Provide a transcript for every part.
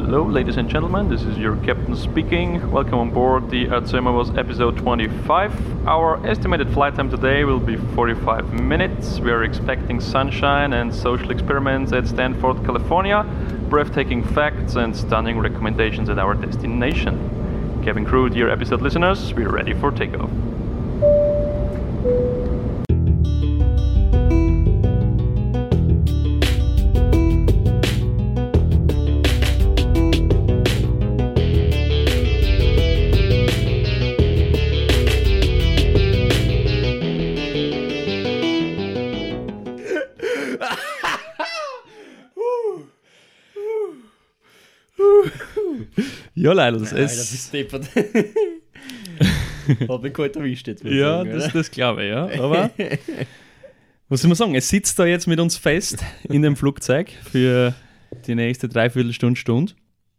Hello, ladies and gentlemen, this is your captain speaking. Welcome on board the Atsumabos episode 25. Our estimated flight time today will be 45 minutes. We are expecting sunshine and social experiments at Stanford, California, breathtaking facts and stunning recommendations at our destination. Cabin crew, dear episode listeners, we're ready for takeoff. Ja, leider, das Alter, ist... bist deppert. Hat mich kalt erwischt jetzt. Ja, sagen, das glaube ich, ja. Aber, was soll man sagen, es sitzt da jetzt mit uns fest in dem Flugzeug für die nächste Dreiviertelstunde.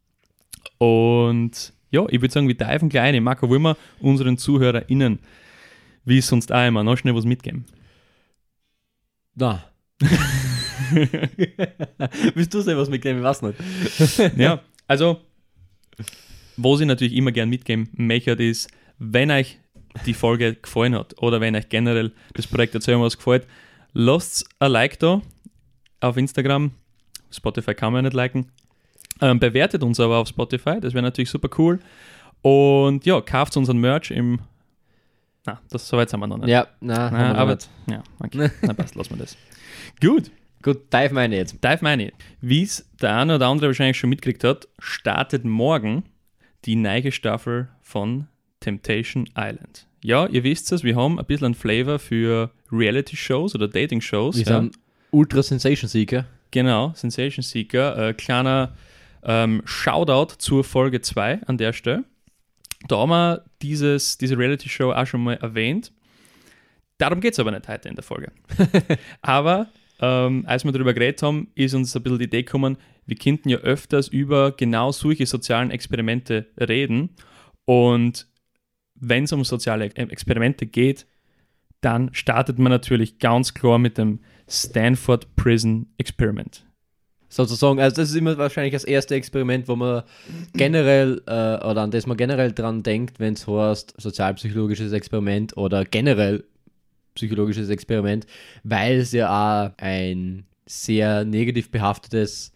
Und ja, ich würde sagen, wir diven gleich rein. Marco, wollen wir unseren ZuhörerInnen, wie es sonst auch immer, noch schnell was mitgeben? Na. Willst du selber was mitgeben? Ich weiß nicht. Ja, also, was ich natürlich immer gern mitgeben möchte, ist, wenn euch die Folge gefallen hat oder wenn euch generell das Projekt Atsumabos gefällt, lasst ein Like da auf Instagram. Spotify kann man ja nicht liken. Bewertet uns aber auf Spotify, das wäre natürlich super cool. Und ja, kauft unseren Merch im... Na, das so weit sind wir noch nicht. Ja, nein, haben wir aber nicht. ja, okay. Na passt, lassen wir das. Gut. Gut, dive meine jetzt. Dive meine. Wie es der eine oder andere wahrscheinlich schon mitgekriegt hat, startet morgen die neue Staffel von Temptation Island. Ja, ihr wisst es, wir haben ein bisschen einen Flavor für Reality-Shows oder Dating-Shows. Wir sind Ultra Sensation Seeker. Genau, Sensation Seeker. Kleiner Shoutout zur Folge 2 an der Stelle. Da haben wir diese Reality-Show auch schon mal erwähnt. Darum geht es aber nicht heute in der Folge. Aber als wir darüber geredet haben, ist uns ein bisschen die Idee gekommen, wir könnten ja öfters über genau solche sozialen Experimente reden. Und wenn es um soziale Experimente geht, dann startet man natürlich ganz klar mit dem Stanford Prison Experiment. Sozusagen, also das ist immer wahrscheinlich das erste Experiment, wo man generell, oder an das man generell dran denkt, wenn es heißt sozialpsychologisches Experiment oder generell psychologisches Experiment, weil es ja auch ein sehr negativ behaftetes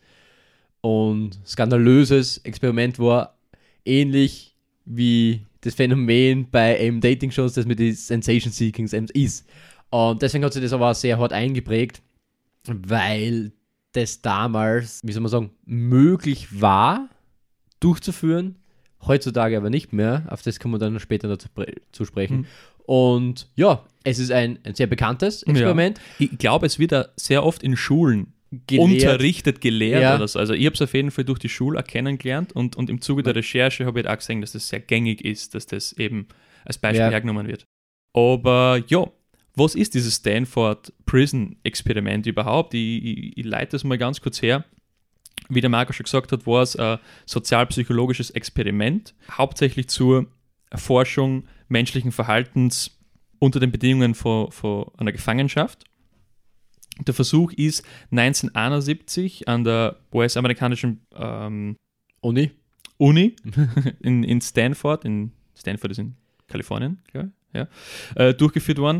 und skandalöses Experiment war, ähnlich wie das Phänomen bei eben Dating-Shows, das mit den Sensation-Seekings ist. Und deswegen hat sich das aber auch sehr hart eingeprägt, weil das damals, wie soll man sagen, möglich war, durchzuführen, heutzutage aber nicht mehr. Auf das kommen wir dann später noch zu sprechen. Und ja, es ist ein sehr bekanntes Experiment. Ja. Ich glaube, es wird da sehr oft in Schulen gelehrt ja. oder so. Also ich habe es auf jeden Fall durch die Schule auch kennengelernt und im Zuge der Recherche habe ich auch gesehen, dass das sehr gängig ist, dass das eben als Beispiel hergenommen wird. Aber ja, was ist dieses Stanford Prison Experiment überhaupt? Ich leite das mal ganz kurz her. Wie der Marco schon gesagt hat, war es ein sozialpsychologisches Experiment, hauptsächlich zur Erforschung menschlichen Verhaltens unter den Bedingungen von einer Gefangenschaft. Der Versuch ist 1971 an der US-amerikanischen Uni in Stanford, Stanford ist in Kalifornien, glaube ich, ja, durchgeführt worden.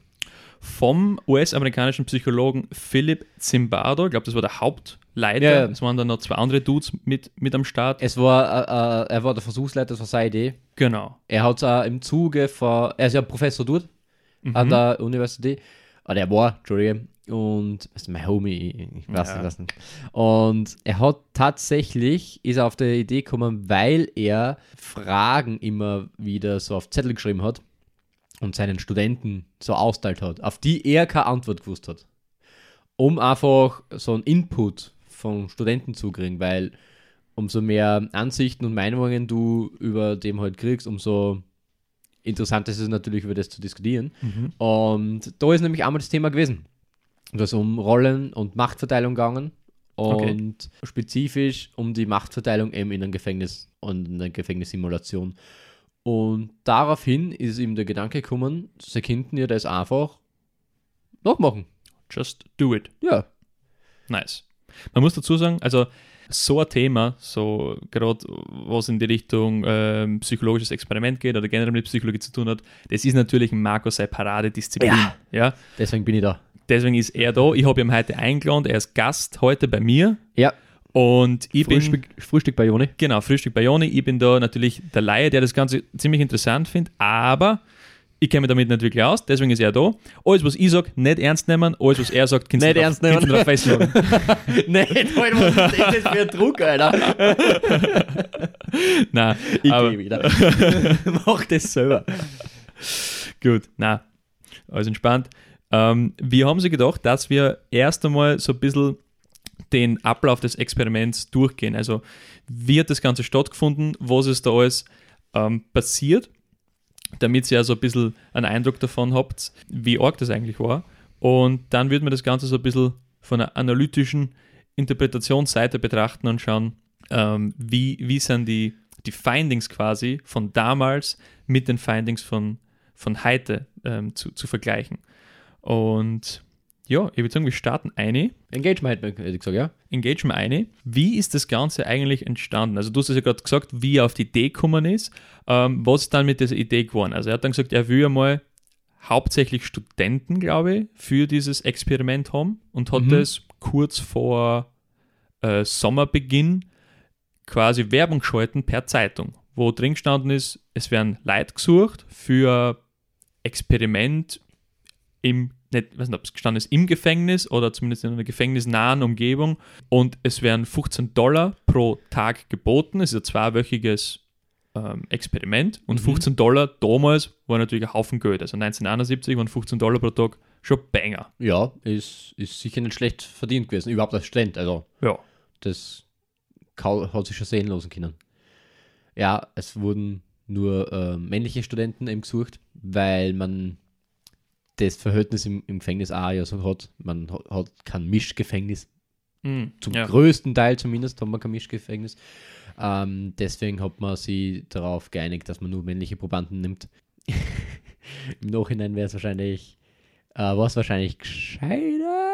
Vom US-amerikanischen Psychologen Philip Zimbardo, ich glaube, das war der Hauptleiter. Ja. Es waren dann noch zwei andere Dudes mit am Start. Er war der Versuchsleiter, das war seine Idee. Genau. Er hat es im Zuge von, er ist ja Professor dort an der Universität. Er war, Entschuldige, und das ist mein Homie, ich weiß nicht. Und er hat tatsächlich, ist auf die Idee gekommen, weil er Fragen immer wieder so auf Zettel geschrieben hat und seinen Studenten so austeilt hat, auf die er keine Antwort gewusst hat. Um einfach so einen Input von Studenten zu kriegen, weil umso mehr Ansichten und Meinungen du über dem halt kriegst, umso interessanter ist es natürlich, über das zu diskutieren. Und da ist nämlich einmal das Thema gewesen. Da ist um Rollen und Machtverteilung gegangen und spezifisch um die Machtverteilung eben in einem Gefängnis und in einer Gefängnissimulation. Und daraufhin ist ihm der Gedanke gekommen, sie könnten ja das einfach nachmachen. Just do it. Ja. Nice. Man muss dazu sagen, also so ein Thema, so gerade was in die Richtung psychologisches Experiment geht oder generell mit Psychologie zu tun hat, das ist natürlich Marco seine Paradedisziplin. Ja. Deswegen bin ich da. Deswegen ist er da. Ich habe ihn heute eingeladen. Er ist Gast heute bei mir. Ja. Und ich Frühstück bei Joni. Genau, Frühstück bei Joni. Ich bin da natürlich der Laie, der das Ganze ziemlich interessant findet, aber ich kenne mich damit nicht wirklich aus, deswegen ist er da. Alles, was ich sage, nicht ernst nehmen. Alles, was er sagt, kannst nicht ernst nehmen. Drauf festlegen. Nicht, was ist das für ein Druck, Alter? Nein, ich gehe wieder. Mach das selber. Gut, nein, alles entspannt. Wir haben sie gedacht, dass wir erst einmal so ein bisschen den Ablauf des Experiments durchgehen. Also, wie hat das Ganze stattgefunden? Was ist da alles passiert? Damit ihr ja so ein bisschen einen Eindruck davon habt, wie arg das eigentlich war. Und dann würden wir das Ganze so ein bisschen von einer analytischen Interpretationsseite betrachten und schauen, wie sind die Findings quasi von damals mit den Findings von heute zu vergleichen. Und ja, ich würde sagen, wir starten eine. Engagement, hätte ich gesagt, ja. Engagement eine. Wie ist das Ganze eigentlich entstanden? Also du hast es ja gerade gesagt, wie er auf die Idee gekommen ist. Was ist dann mit dieser Idee geworden? Also er hat dann gesagt, er will einmal hauptsächlich Studenten, glaube ich, für dieses Experiment haben und hat das kurz vor Sommerbeginn quasi Werbung geschalten per Zeitung, wo drin gestanden ist, es werden Leute gesucht für Experiment ich weiß nicht, ob es gestanden ist, im Gefängnis oder zumindest in einer gefängnisnahen Umgebung, und es werden $15 pro Tag geboten. Es ist ein 2-wöchiges Experiment und $15 damals war natürlich ein Haufen Geld. Also 1971 waren $15 pro Tag schon Banger. Ja, ist sicher nicht schlecht verdient gewesen, überhaupt als Student. Also ja. Das hat sich schon sehen lassen können. Ja, es wurden nur männliche Studenten eben gesucht, weil man das Verhältnis im Gefängnis auch ja so hat. Man hat kein Mischgefängnis. Zum größten Teil zumindest haben wir kein Mischgefängnis. Deswegen hat man sich darauf geeinigt, dass man nur männliche Probanden nimmt. Im Nachhinein wäre es wahrscheinlich gescheiter.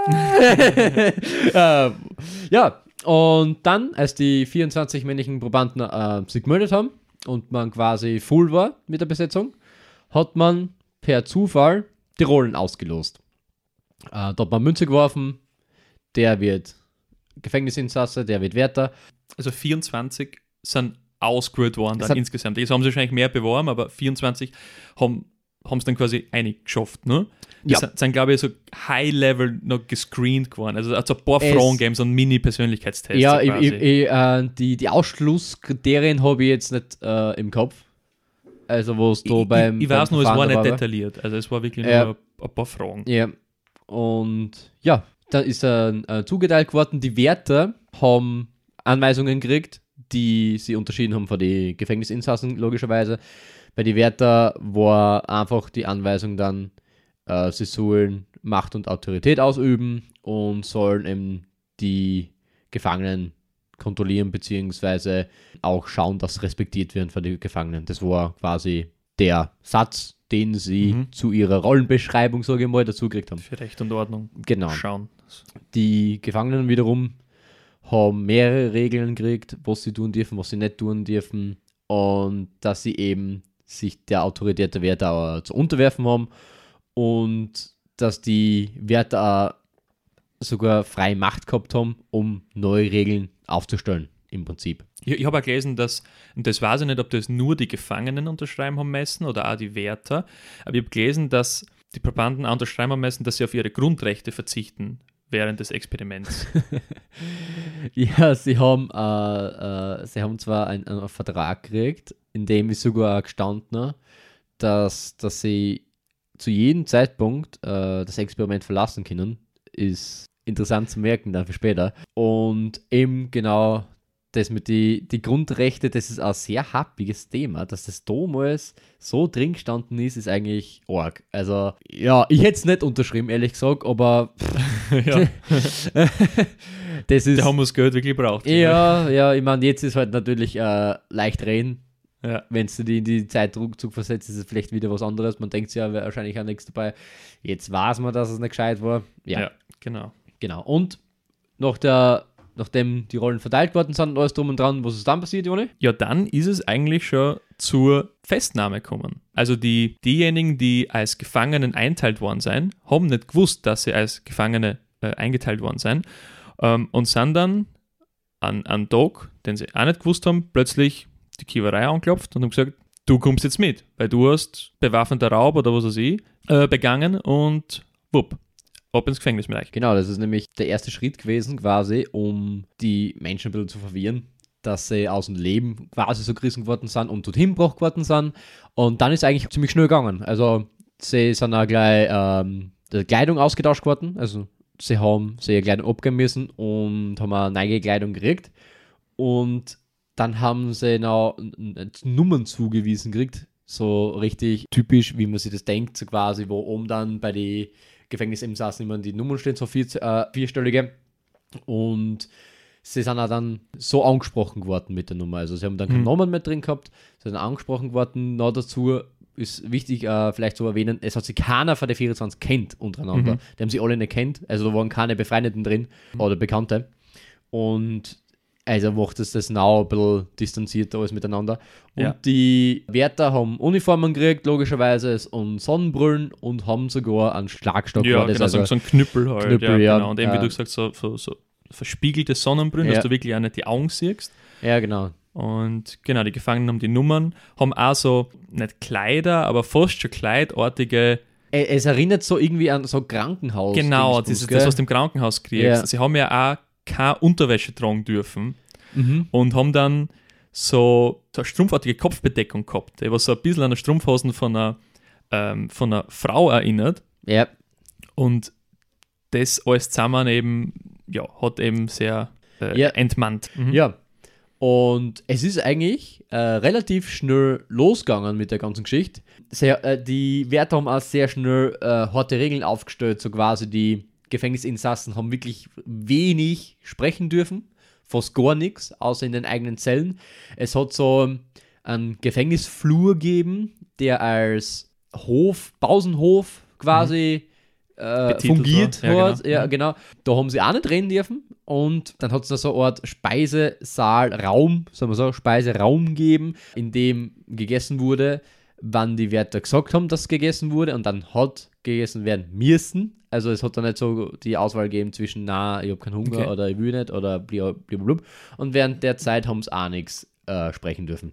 Ja, und dann, als die 24 männlichen Probanden sich gemeldet haben und man quasi full war mit der Besetzung, hat man per Zufall die Rollen ausgelost. Da hat man Münze geworfen, der wird Gefängnisinsasse, der wird Wärter. Also 24 sind ausgewählt worden dann insgesamt. Jetzt haben sie wahrscheinlich mehr beworben, aber 24 haben es dann quasi einig geschafft, ne? Die sind, glaube ich, so High-Level noch gescreent geworden. Also ein paar Fragen gegeben, so ein Mini-Persönlichkeitstest. Ja, die Ausschlusskriterien habe ich jetzt nicht im Kopf. Also wo es da beim... Ich weiß nur, es war nicht detailliert. Also es war wirklich nur ein paar Fragen. Ja, und ja, da ist zugeteilt geworden. Die Wärter haben Anweisungen gekriegt, die sie unterschieden haben von den Gefängnisinsassen, logischerweise. Bei den Wärter war einfach die Anweisung dann, sie sollen Macht und Autorität ausüben und sollen eben die Gefangenen kontrollieren, beziehungsweise auch schauen, dass respektiert werden von den Gefangenen. Das war quasi der Satz, den sie zu ihrer Rollenbeschreibung, sage ich mal, dazu gekriegt haben. Für Recht und Ordnung. Genau. Schauen. Die Gefangenen wiederum haben mehrere Regeln gekriegt, was sie tun dürfen, was sie nicht tun dürfen, und dass sie eben sich der Autorität der Wärter auch zu unterwerfen haben und dass die Wärter auch sogar freie Macht gehabt haben, um neue Regeln aufzustellen, im Prinzip. Ich habe auch gelesen, dass, und das weiß ich nicht, ob das nur die Gefangenen unterschreiben haben müssen oder auch die Wärter, aber ich habe gelesen, dass die Probanden unterschreiben haben müssen, dass sie auf ihre Grundrechte verzichten während des Experiments. Ja, sie haben zwar einen Vertrag gekriegt, in dem ist sogar gestanden, dass sie zu jedem Zeitpunkt das Experiment verlassen können. Ist interessant zu merken dann für später. Und eben genau das mit die Grundrechte, das ist ein sehr happiges Thema, dass das damals so drin gestanden ist eigentlich arg. Also, ja, ich hätte es nicht unterschrieben, ehrlich gesagt, aber ja. Das ist... Da haben wir das Geld wirklich gebraucht. Ja, ich meine, jetzt ist halt natürlich leicht reden. Ja. Wenn du die in die Zeitrückzug versetzt, ist es vielleicht wieder was anderes. Man denkt sich ja, wäre wahrscheinlich auch nichts dabei. Jetzt weiß man, dass es nicht gescheit war. Ja, genau. Und nachdem die Rollen verteilt worden sind und alles drum und dran, was ist dann passiert, Joni? Ja, dann ist es eigentlich schon zur Festnahme gekommen. Also diejenigen, die als Gefangenen einteilt worden sind, haben nicht gewusst, dass sie als Gefangene eingeteilt worden sind und sind dann an einen Tag, den sie auch nicht gewusst haben, plötzlich die Kiewerei angeklopft und haben gesagt, du kommst jetzt mit, weil du hast bewaffneter Raub oder was weiß ich begangen und wupp, ab ins Gefängnis mit euch. Genau, das ist nämlich der erste Schritt gewesen, quasi, um die Menschen ein bisschen zu verwirren, dass sie aus dem Leben quasi so gerissen geworden sind und dorthin gebracht worden sind. Und dann ist es eigentlich ziemlich schnell gegangen. Also, sie sind auch gleich die Kleidung ausgetauscht worden. Also, sie haben ihre Kleidung abgeben müssen und haben eine neue Kleidung gekriegt. Und dann haben sie noch Nummern zugewiesen gekriegt. So richtig typisch, wie man sich das denkt, so quasi, wo oben dann bei den Gefängnisinsassen immer die Nummern stehen, so vierstellige. Und sie sind auch dann so angesprochen geworden mit der Nummer. Also sie haben dann keinen Namen mehr drin gehabt, sie sind angesprochen worden. Noch dazu ist wichtig, vielleicht zu erwähnen, es hat sich keiner von der 24 kennt untereinander. Die haben sie alle nicht kennt, also da waren keine Befreundeten drin oder Bekannte. Und also macht es das now ein bisschen distanzierter alles miteinander. Und die Wärter haben Uniformen gekriegt, logischerweise, und Sonnenbrillen und haben sogar einen Schlagstock. Ja, genau, also so ein Knüppel halt. Knüppel, ja, genau. Und eben, wie du gesagt hast, so verspiegelte Sonnenbrillen, dass du wirklich auch nicht die Augen siehst. Ja, genau. Und genau, die Gefangenen haben die Nummern, haben auch so, nicht Kleider, aber fast schon kleidartige. Es erinnert so irgendwie an so Krankenhaus. Genau, das aus dem Krankenhaus kriegst. Ja. Sie haben ja auch keine Unterwäsche tragen dürfen und haben dann so eine strumpfartige Kopfbedeckung gehabt, die was so ein bisschen an die Strumpfhosen von einer Frau erinnert. Ja. Und das alles zusammen eben, ja, hat eben sehr entmannt. Ja. Und es ist eigentlich relativ schnell losgegangen mit der ganzen Geschichte. Die Wärter haben auch sehr schnell harte Regeln aufgestellt, so quasi die Gefängnisinsassen haben wirklich wenig sprechen dürfen, fast gar nichts, außer in den eigenen Zellen. Es hat so einen Gefängnisflur gegeben, der als Pausenhof quasi fungiert war. hat. Ja, genau. Da haben sie auch nicht reden dürfen. Und dann hat es da so eine Art Speiseraum gegeben, in dem gegessen wurde, wann die Wärter gesagt haben, dass gegessen wurde, und dann hat gegessen werden müssen. Also es hat da nicht so die Auswahl gegeben zwischen, ich habe keinen Hunger oder ich will nicht oder blablabla. Und während der Zeit haben sie auch nichts sprechen dürfen.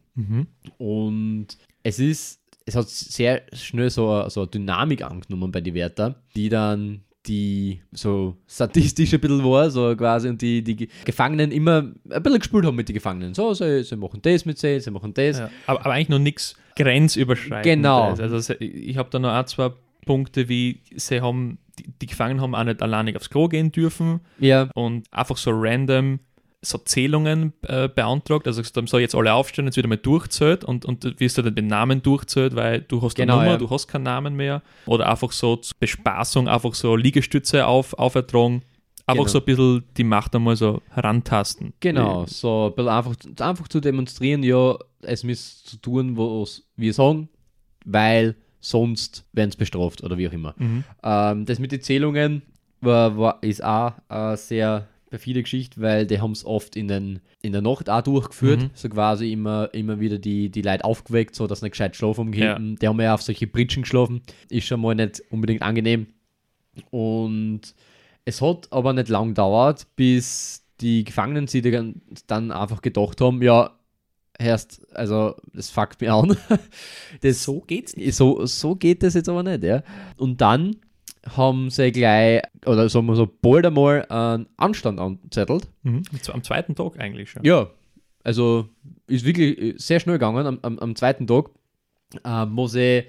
Und es hat sehr schnell so eine Dynamik angenommen bei den Wärtern, die dann die so statistisch ein bisschen war, so quasi, und die Gefangenen immer ein bisschen gespielt haben mit den Gefangenen. So, sie machen das mit sie machen das. Ja, aber eigentlich noch nichts grenzüberschreitendes. Genau. Also ich habe da noch ein, zwei Punkte, wie die Gefangenen haben auch nicht alleinig aufs Klo gehen dürfen und einfach so random so Zählungen beantragt, also gesagt haben, so jetzt alle aufstehen, jetzt wird einmal durchzählt und wirst du dann den Namen durchzählt, weil du hast eine Nummer, du hast keinen Namen mehr, oder einfach so zur Bespaßung, einfach so Liegestütze aufertragen, einfach so ein bisschen die Macht einmal so herantasten. Genau, so ein bisschen einfach zu demonstrieren, ja, es müsst zu tun, was wir sagen, weil sonst werden es bestraft oder wie auch immer. Das mit den Zählungen ist auch sehr perfide Geschichte, weil die haben es oft in der Nacht auch durchgeführt, so quasi immer wieder die Leute aufgeweckt, so dass sie nicht gescheit schlafen haben. Die haben ja auf solche Pritschen geschlafen, ist schon mal nicht unbedingt angenehm. Und es hat aber nicht lang gedauert, bis die Gefangenen sich dann einfach gedacht haben, ja, also das fuckt mich an. So geht's nicht. So geht das jetzt aber nicht, ja. Und dann haben sie gleich, oder sagen wir so, bald einmal einen Anstand angezettelt. Am zweiten Tag eigentlich schon. Ja, also ist wirklich sehr schnell gegangen. Am zweiten Tag, wo sie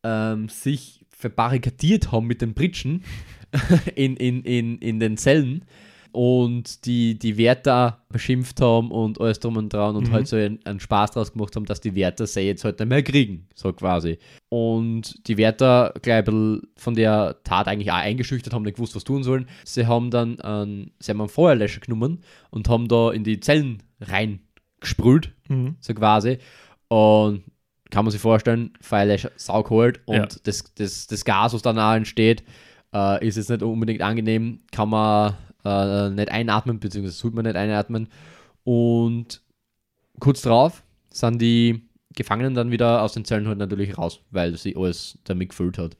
sich verbarrikadiert haben mit den Pritschen in den Zellen und die Wärter beschimpft haben und alles drum und dran und halt so einen Spaß draus gemacht haben, dass die Wärter sie jetzt halt nicht mehr kriegen, so quasi. Und die Wärter gleich ein bisschen von der Tat eigentlich auch eingeschüchtert, haben nicht gewusst, was tun sollen. Sie haben dann einen Feuerlöscher genommen und haben da in die Zellen reingesprüht, so quasi. Und kann man sich vorstellen, Feuerlöscher saukalt und das Gas, was dann auch entsteht, ist jetzt nicht unbedingt angenehm, kann man nicht einatmen, beziehungsweise sollte man nicht einatmen. Und kurz darauf sind die Gefangenen dann wieder aus den Zellen halt natürlich raus, weil sie alles damit gefüllt hat.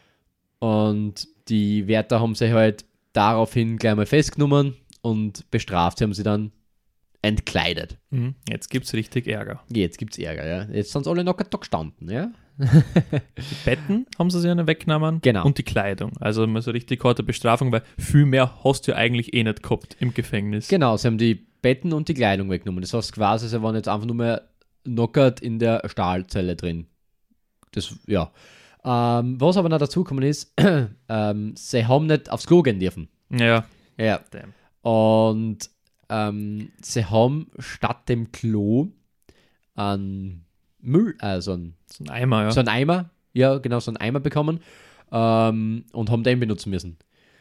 Und die Wärter haben sich halt daraufhin gleich mal festgenommen und bestraft. Sie haben sie dann entkleidet. Jetzt gibt es richtig Ärger. Jetzt gibt es Ärger, ja. Jetzt sind sie alle noch da gestanden, ja. Die Betten haben sie sich weggenommen Genau. Und die Kleidung. Also mal so richtig harte Bestrafung, weil viel mehr hast du ja eigentlich eh nicht gehabt im Gefängnis. Genau, sie haben die Betten und die Kleidung weggenommen. Das heißt quasi, sie waren jetzt einfach nur mehr knockert in der Stahlzelle drin. Das, ja. Was aber noch dazu gekommen ist, sie haben nicht aufs Klo gehen dürfen. Ja. Ja. Damn. Und sie haben statt dem Klo einen Müll, So ein Eimer, ja. so einen Eimer, ja genau, so einen Eimer bekommen und haben den benutzen müssen.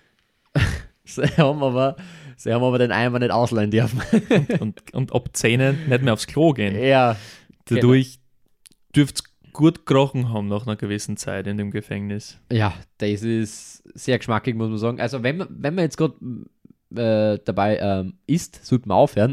sie haben aber den Eimer nicht ausleihen dürfen. und ab 10 nicht mehr aufs Klo gehen. Ja. Dadurch dürft es gut gerochen haben nach einer gewissen Zeit in dem Gefängnis. Ja, das ist sehr geschmackig, muss man sagen. Also wenn man jetzt gerade dabei isst, sollte man aufhören.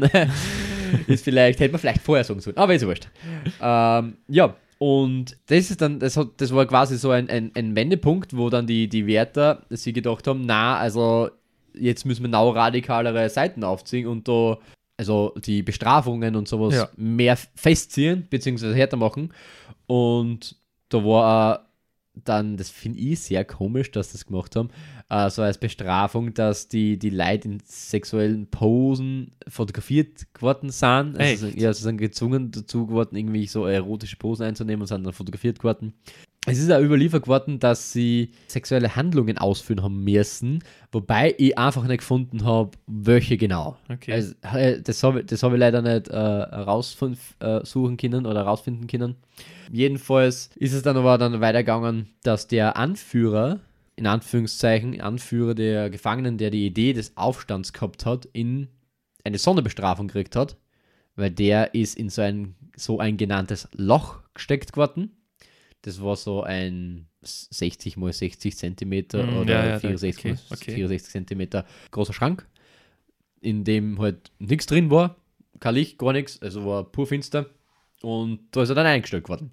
Hätte man vielleicht vorher sagen sollen, aber ist wurscht. Ja, und das ist dann, das war quasi so ein Wendepunkt, wo dann die Wärter sich gedacht haben, also jetzt müssen wir noch radikalere Seiten aufziehen und da also die Bestrafungen und sowas mehr festziehen, beziehungsweise härter machen. Und da war dann, das finde ich sehr komisch, dass das gemacht haben, so als Bestrafung, dass die Leute in sexuellen Posen fotografiert geworden sind. Also, sie sind gezwungen dazu geworden, irgendwie so erotische Posen einzunehmen und sind dann fotografiert geworden. Es ist auch überliefert worden, dass sie sexuelle Handlungen ausführen haben müssen, wobei ich einfach nicht gefunden habe, welche genau. Okay. Also, das hab ich leider nicht raussuchen können oder rausfinden können. Jedenfalls ist es dann aber weitergegangen, dass der Anführer, in Anführungszeichen, Anführer der Gefangenen, der die Idee des Aufstands gehabt hat, in eine Sonderbestrafung gekriegt hat, weil der ist in so ein genanntes Loch gesteckt geworden. Das war so ein 60 x 60 Zentimeter oder 64 x 64 Zentimeter großer Schrank, in dem halt nichts drin war, kein Licht, gar nichts, also war pur finster und da ist er dann eingestellt worden.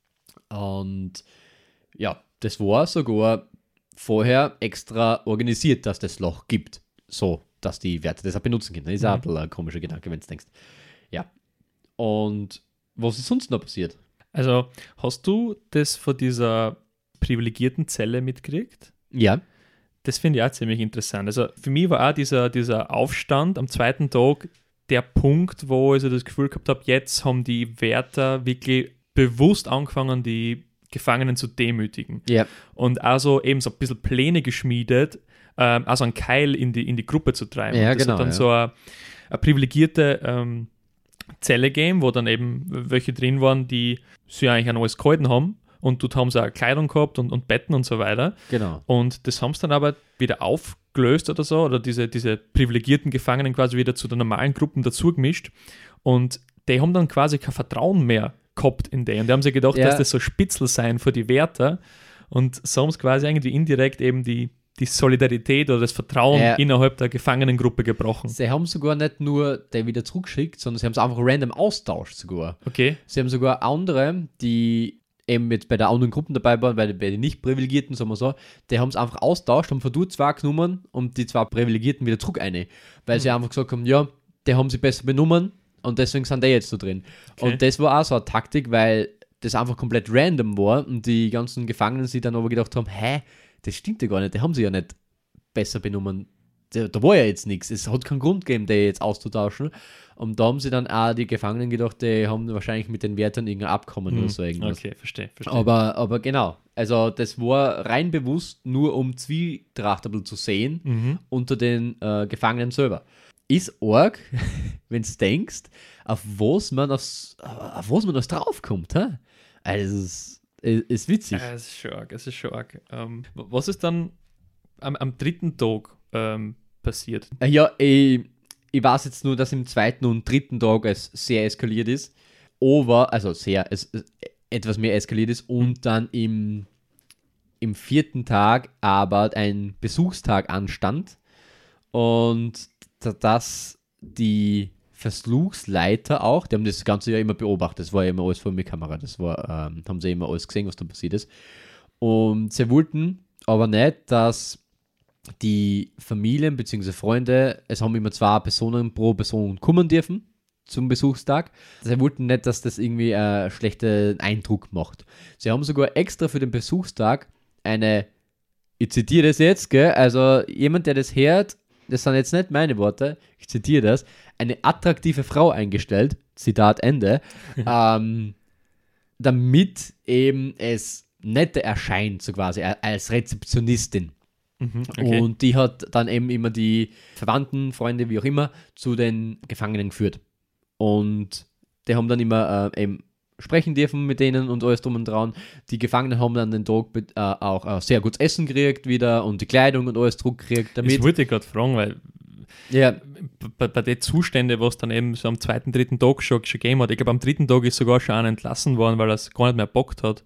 Und ja, das war sogar vorher extra organisiert, dass das Loch gibt, so, dass die Wärter das auch benutzen können. Das ist auch ein bisschen ein komischer Gedanke, wenn du denkst. Ja, und was ist sonst noch passiert? Also, hast du das von dieser privilegierten Zelle mitgekriegt? Ja. Das finde ich auch ziemlich interessant. Also, für mich war auch dieser Aufstand am zweiten Tag der Punkt, wo ich so das Gefühl gehabt habe, jetzt haben die Wärter wirklich bewusst angefangen, die Gefangenen zu demütigen. Ja. Und also eben so ein bisschen Pläne geschmiedet, also einen Keil in die Gruppe zu treiben. Ja, und das genau. hat dann so eine privilegierte Zelle gegeben, wo dann eben welche drin waren, die sie eigentlich an alles gehalten haben und dort haben sie auch Kleidung gehabt und Betten und so weiter. Genau. Und das haben sie dann aber wieder aufgelöst oder so, oder diese privilegierten Gefangenen quasi wieder zu den normalen Gruppen dazu gemischt und die haben dann quasi kein Vertrauen mehr gehabt in die. Und die haben sich gedacht, dass das so Spitzel sein für die Wärter und so haben sie quasi irgendwie indirekt eben die Solidarität oder das Vertrauen innerhalb der Gefangenengruppe gebrochen. Sie haben sogar nicht nur den wieder zurückgeschickt, sondern sie haben es einfach random austauscht sogar. Okay. Sie haben sogar andere, die eben jetzt bei der anderen Gruppen dabei waren, bei den nicht Privilegierten, sagen wir so, die haben es einfach austauscht, haben von dort zwei genommen und die zwei Privilegierten wieder zurück eine. Weil sie einfach gesagt haben, ja, die haben sie besser benommen und deswegen sind die jetzt da drin. Okay. Und das war auch so eine Taktik, weil das einfach komplett random war und die ganzen Gefangenen sich dann aber gedacht haben, das stimmt ja gar nicht, die haben sie ja nicht besser benommen. Da war ja jetzt nichts. Es hat keinen Grund gegeben, die jetzt auszutauschen. Und da haben sie dann auch die Gefangenen gedacht, die haben wahrscheinlich mit den Wärtern irgendein Abkommen oder so irgendwas. Okay, verstehe. Aber genau, also das war rein bewusst nur um Zwietracht zu sehen unter den Gefangenen selber. Ist arg, wenn du denkst, auf was man alles draufkommt. Hä? Also ist witzig. Ja, es ist schon arg. Was ist dann am dritten Tag passiert? Ja, ich weiß jetzt nur, dass im zweiten und dritten Tag es sehr eskaliert ist. Etwas mehr eskaliert ist und dann im vierten Tag aber ein Besuchstag anstand. Und dass die Versuchsleiter auch, die haben das Ganze ja immer beobachtet, das war ja immer alles vor mit Kamera, das war, haben sie immer alles gesehen, was da passiert ist. Und sie wollten aber nicht, dass die Familien bzw. Freunde, es haben immer 2 Personen pro Person kommen dürfen zum Besuchstag. Sie wollten nicht, dass das irgendwie einen schlechten Eindruck macht. Sie haben sogar extra für den Besuchstag ich zitiere das jetzt, gell, also jemand, der das hört, das sind jetzt nicht meine Worte, ich zitiere das, eine attraktive Frau eingestellt, Zitat Ende, damit eben es netter erscheint, so quasi, als Rezeptionistin. Okay. Und die hat dann eben immer die Verwandten, Freunde, wie auch immer, zu den Gefangenen geführt. Und die haben dann immer eben sprechen dürfen mit denen und alles drum und dran. Die Gefangenen haben dann den Tag auch sehr gutes Essen gekriegt wieder und die Kleidung und alles zurückgekriegt. Das wollte ich gerade fragen, weil bei den Zuständen, was dann eben so am 2., 3. Tag schon gegeben hat, ich glaube am 3. Tag ist sogar schon einer entlassen worden, weil er es gar nicht mehr bockt hat.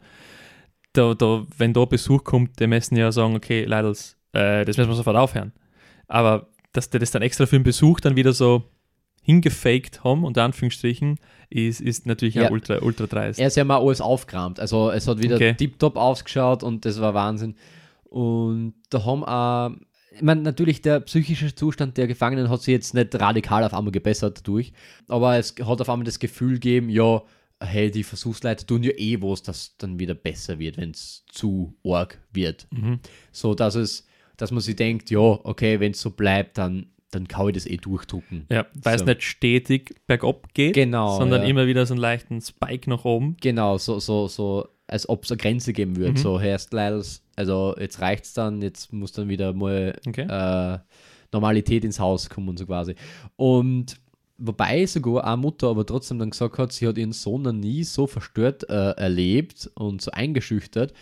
Wenn da Besuch kommt, die müssen ja sagen, okay, Leute, das müssen wir sofort aufhören. Aber dass die das dann extra für den Besuch dann wieder so hingefaked haben, unter Anführungsstrichen, ist natürlich auch ultra dreist. Er ist ja mal alles aufgeräumt. Also es hat wieder tipptopp ausgeschaut und das war Wahnsinn. Und da haben auch, ich meine, natürlich der psychische Zustand der Gefangenen hat sich jetzt nicht radikal auf einmal gebessert dadurch, aber es hat auf einmal das Gefühl gegeben, ja, hey, die Versuchsleiter tun ja was, dass dann wieder besser wird, wenn es zu arg wird. So, dass man sich denkt, ja, okay, wenn es so bleibt, dann kann ich das durchdrucken. Ja, weil es nicht stetig bergab geht, sondern immer wieder so einen leichten Spike nach oben. Genau, so als ob es eine Grenze geben würde. So, Herr Stiles, also jetzt reicht es dann, jetzt muss dann wieder mal Normalität ins Haus kommen und so quasi. Und wobei sogar eine Mutter aber trotzdem dann gesagt hat, sie hat ihren Sohn noch nie so verstört erlebt und so eingeschüchtert,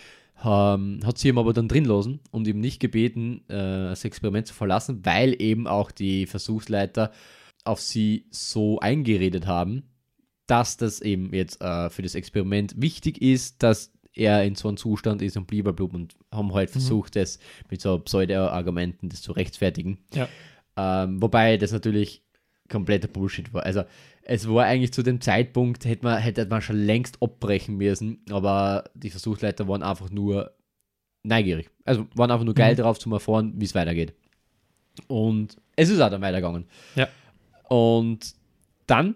hat sie ihm aber dann drin lassen und ihm nicht gebeten, das Experiment zu verlassen, weil eben auch die Versuchsleiter auf sie so eingeredet haben, dass das eben jetzt für das Experiment wichtig ist, dass er in so einem Zustand ist und blablabla und haben halt versucht, das mit so Pseudo-Argumenten das zu rechtfertigen. Ja. Wobei das natürlich kompletter Bullshit war. Also es war eigentlich zu dem Zeitpunkt, hätte man schon längst abbrechen müssen, aber die Versuchsleiter waren einfach nur neugierig. Also waren einfach nur geil darauf zu erfahren, wie es weitergeht. Und es ist auch dann weitergegangen. Ja. Und dann,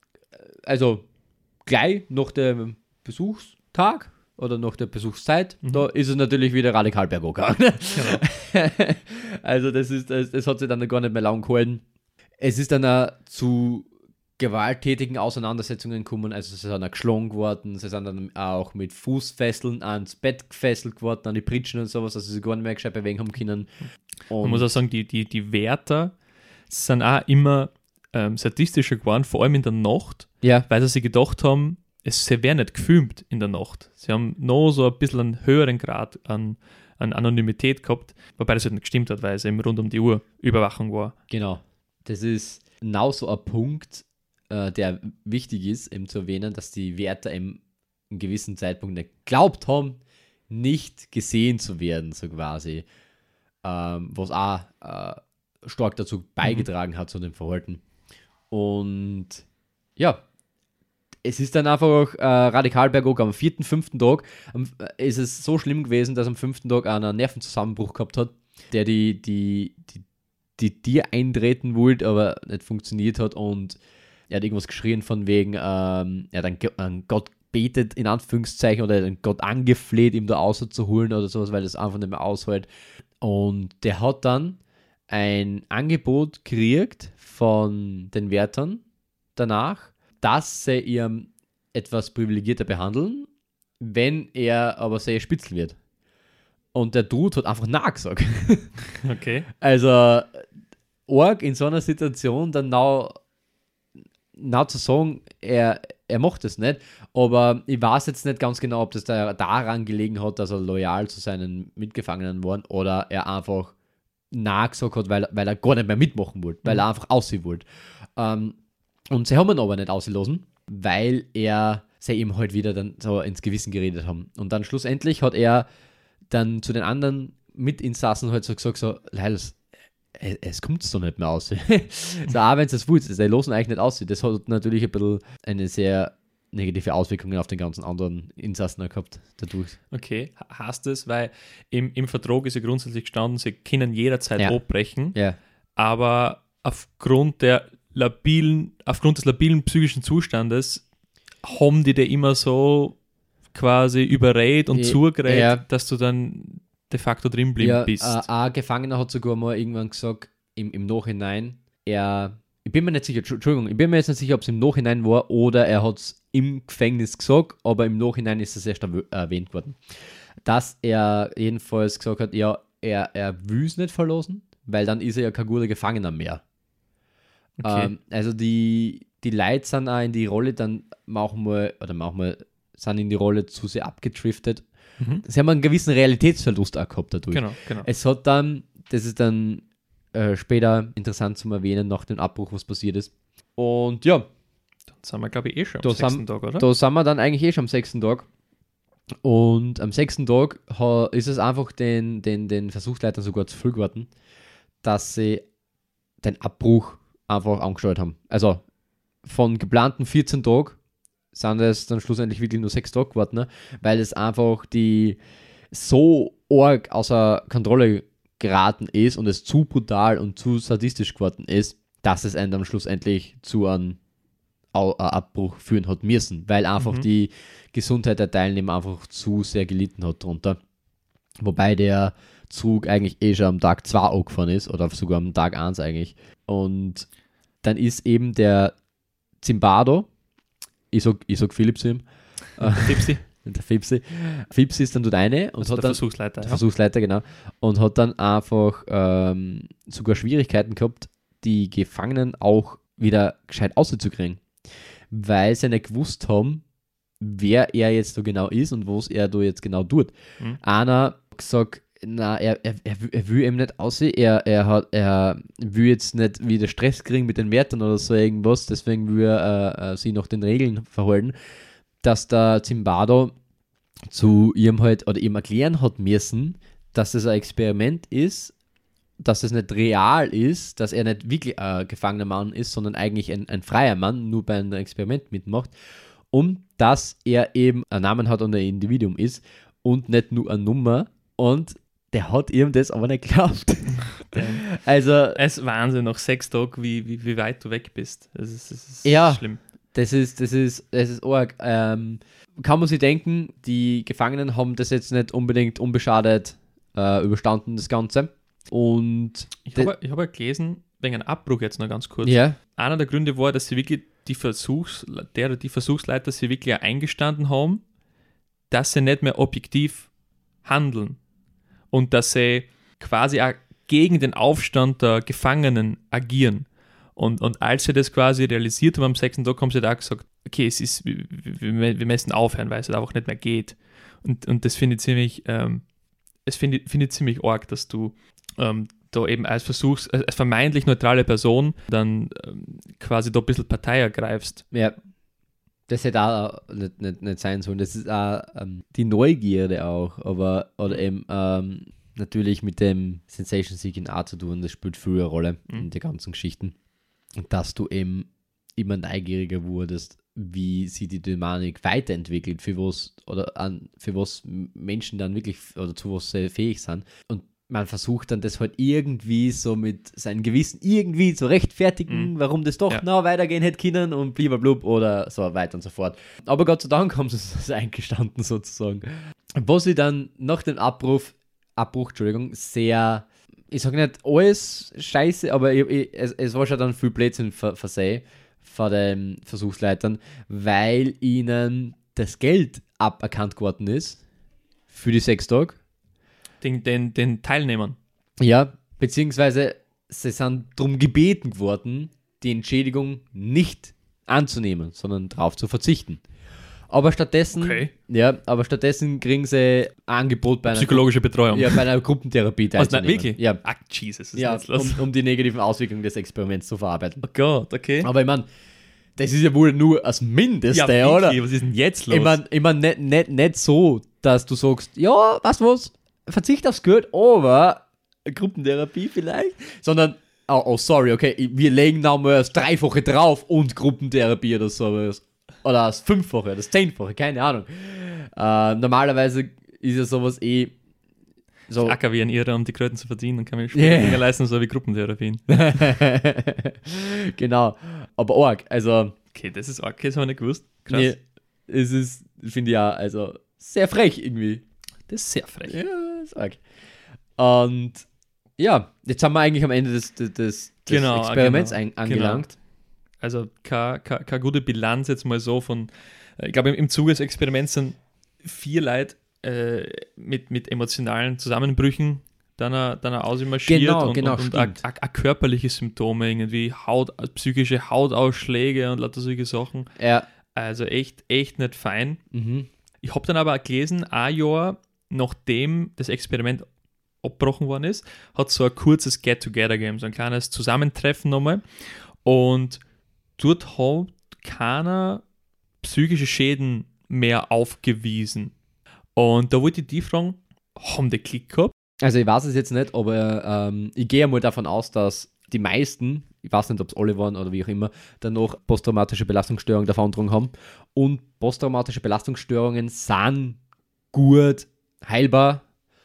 also gleich nach dem Besuchstag oder nach der Besuchszeit, da ist es natürlich wieder radikal bergab gegangen. Genau. Also das hat sich dann gar nicht mehr lang gehalten. Es ist dann auch zu gewalttätigen Auseinandersetzungen gekommen, also sie sind auch geschlagen geworden, sie sind dann auch mit Fußfesseln ans Bett gefesselt geworden, an die Pritschen und sowas, also sie gar nicht mehr gescheit bewegen haben können. Und man muss auch sagen, die Wärter sind auch immer sadistischer geworden, vor allem in der Nacht, weil sie sich gedacht haben, sie wäre nicht gefilmt in der Nacht. Sie haben noch so ein bisschen einen höheren Grad an Anonymität gehabt, wobei das halt nicht gestimmt hat, weil es eben rund um die Uhr Überwachung war. Genau. Das ist genau so ein Punkt, der wichtig ist, eben zu erwähnen, dass die Wärter eben einen gewissen Zeitpunkt nicht geglaubt haben, nicht gesehen zu werden, so quasi. Was auch stark dazu beigetragen hat, zu dem Verhalten. Und ja, es ist dann einfach auch radikal bergab. Am 4., 5. Tag ist es so schlimm gewesen, dass am 5. Tag einer einen Nervenzusammenbruch gehabt hat, der die Tier eintreten wollte, aber nicht funktioniert hat und er hat irgendwas geschrien von wegen, er hat an Gott betet, in Anführungszeichen, oder an Gott angefleht, ihm da rauszuholen oder sowas, weil das einfach nicht mehr aushält. Und der hat dann ein Angebot gekriegt von den Wärtern danach, dass sie ihn etwas privilegierter behandeln, wenn er aber sehr spitzel wird. Und der Dude hat einfach Nein gesagt. Okay. Also, arg in so einer Situation dann zu sagen, er macht das nicht, aber ich weiß jetzt nicht ganz genau, ob das daran gelegen hat, dass er loyal zu seinen Mitgefangenen war oder er einfach Nein gesagt hat, weil er gar nicht mehr mitmachen wollte, weil er einfach aussehen wollte. Und sie haben ihn aber nicht ausgelassen, weil sie ihm halt wieder dann so ins Gewissen geredet haben. Und dann schlussendlich hat er dann zu den anderen Mitinsassen halt so gesagt, so, Leils, es kommt so nicht mehr aus. So, auch wenn es das willst, die losen eigentlich nicht aus. Das hat natürlich ein bisschen eine sehr negative Auswirkungen auf den ganzen anderen Insassen gehabt dadurch. Okay, heißt das, weil im Vertrag ist ja grundsätzlich gestanden, sie können jederzeit abbrechen, aber aufgrund des labilen psychischen Zustandes haben die dir immer so quasi überredet und zugeredet, dass du dann de facto drin geblieben bist. Ein Gefangener hat sogar mal irgendwann gesagt, im Nachhinein, ich bin mir nicht sicher, Entschuldigung, ich bin mir jetzt nicht sicher, ob es im Nachhinein war oder er hat es im Gefängnis gesagt, aber im Nachhinein ist es erst erwähnt worden, dass er jedenfalls gesagt hat, ja, er will es nicht verlassen, weil dann ist er ja kein guter Gefangener mehr. Okay. Also die Leute sind auch in die Rolle dann manchmal sind in die Rolle zu sehr abgedriftet. Sie haben einen gewissen Realitätsverlust auch gehabt dadurch. Genau. Es hat dann, das ist dann später interessant zum Erwähnen, nach dem Abbruch, was passiert ist. Und ja. Dann sind wir, glaube ich, schon am 6. Tag, oder? Da sind wir dann eigentlich schon am 6. Tag. Und am 6. Tag ist es einfach den Versuchsleitern sogar zu viel geworden, dass sie den Abbruch einfach angeschaut haben. Also von geplanten 14 Tagen sind es dann schlussendlich wirklich nur 6 Tage geworden, ne? Weil es einfach die so arg außer Kontrolle geraten ist und es zu brutal und zu sadistisch geworden ist, dass es einen dann schlussendlich zu einem Abbruch führen hat müssen, weil einfach die Gesundheit der Teilnehmer einfach zu sehr gelitten hat darunter. Wobei der Zug eigentlich schon am Tag 2 angefahren ist oder sogar am Tag 1 eigentlich. Und dann ist eben der Zimbardo, ich sag Philipp zu ihm. Fipsi. Der Fipsi ist dann dort eine und also hat der dann Versuchsleiter. Versuchsleiter, genau. Und hat dann einfach sogar Schwierigkeiten gehabt, die Gefangenen auch wieder gescheit auszukriegen. Weil sie nicht gewusst haben, wer er jetzt da genau ist und was er da jetzt genau tut. Einer hat gesagt, na, er will eben nicht aussehen, er will jetzt nicht wieder Stress kriegen mit den Wärtern oder so irgendwas, deswegen will er sich nach den Regeln verhalten, dass der Zimbardo zu ihm halt oder ihm erklären hat müssen, dass es ein Experiment ist, dass es nicht real ist, dass er nicht wirklich ein gefangener Mann ist, sondern eigentlich ein freier Mann, nur bei einem Experiment mitmacht, und dass er eben einen Namen hat und ein Individuum ist und nicht nur eine Nummer, und der hat ihm das aber nicht geglaubt. Also, es ist Wahnsinn, nach 6 Tagen, wie weit du weg bist. Das ist schlimm. Das ist arg. Kann man sich denken, die Gefangenen haben das jetzt nicht unbedingt unbeschadet überstanden, das Ganze. Und ich habe gelesen, wegen einem Abbruch jetzt noch ganz kurz. Ja. Einer der Gründe war, dass sie wirklich die Versuchsleiter sie wirklich eingestanden haben, dass sie nicht mehr objektiv handeln und dass sie quasi auch gegen den Aufstand der Gefangenen agieren. Und als sie das quasi realisiert haben am 6. Tag, haben sie da gesagt, okay, wir müssen aufhören, weil es einfach nicht mehr geht. Und das finde ich ziemlich, ziemlich arg, dass du da eben als vermeintlich neutrale Person dann quasi da ein bisschen Partei ergreifst. Ja, das hätte auch nicht sein sollen. Das ist auch die Neugierde auch, oder eben natürlich mit dem Sensation-Seeking auch zu tun, das spielt viel eine Rolle in der ganzen Geschichten. Und dass du eben immer neugieriger wurdest, wie sich die Dynamik weiterentwickelt, für was Menschen dann wirklich oder zu was sie fähig sind. Und man versucht dann das halt irgendwie so mit seinem Gewissen irgendwie zu rechtfertigen, warum das doch noch weitergehen hätte können und blub oder so weiter und so fort. Aber Gott sei Dank haben sie es eingestanden sozusagen. Was ich dann nach dem Abbruch, sehr, ich sage nicht alles scheiße, aber es war schon dann viel Blödsinn versehen von den Versuchsleitern, weil ihnen das Geld aberkannt geworden ist für die 6 Tage. Den Teilnehmern. Ja, beziehungsweise sie sind darum gebeten worden, die Entschädigung nicht anzunehmen, sondern darauf zu verzichten. Aber stattdessen kriegen sie ein Angebot bei einer psychologische Betreuung. Ja, bei einer Gruppentherapie teilzunehmen. Wirklich? Ja. Ach, Jesus, ist ja, um die negativen Auswirkungen des Experiments zu verarbeiten. Oh Gott, okay. Aber ich meine, das ist ja wohl nur das Mindeste, ja, oder? Was ist denn jetzt los? Ich meine, nicht so, dass du sagst, ja, weißt du was, verzicht aufs Geld, aber Gruppentherapie vielleicht, sondern, sorry, okay, wir legen nochmal das Dreifache drauf und Gruppentherapie oder sowas. Oder das Fünffache, das Zehnfache, keine Ahnung. Normalerweise ist ja sowas so. Acker wie ein Irrer, um die Kröten zu verdienen, dann kann man Dinge leisten, so wie Gruppentherapien. Genau, aber arg, also. Okay, das ist arg, das habe ich nicht gewusst. Krass. Nee, es ist, finde ich auch, also sehr frech irgendwie. Das ist sehr frech. Ja, das ist arg. Und ja, jetzt haben wir eigentlich am Ende des Experiments angelangt. Genau. Also keine gute Bilanz jetzt mal so von, ich glaube im Zuge des Experiments sind 4 Leute mit emotionalen Zusammenbrüchen dann ausmarschiert und auch körperliche Symptome, irgendwie psychische Hautausschläge und lauter solche Sachen. Ja. Also echt nicht fein. Mhm. Ich habe dann aber auch gelesen, ein Jahr nachdem das Experiment abgebrochen worden ist, hat es so ein kurzes Get-Together gegeben, so ein kleines Zusammentreffen nochmal. Und dort hat keiner psychische Schäden mehr aufgewiesen. Und da wollte ich die fragen, haben die Klick gehabt? Also ich weiß es jetzt nicht, aber ich gehe mal davon aus, dass die meisten, ich weiß nicht, ob es alle waren oder wie auch immer, danach posttraumatische Belastungsstörungen davongetragen haben. Und posttraumatische Belastungsstörungen sind gut heilbar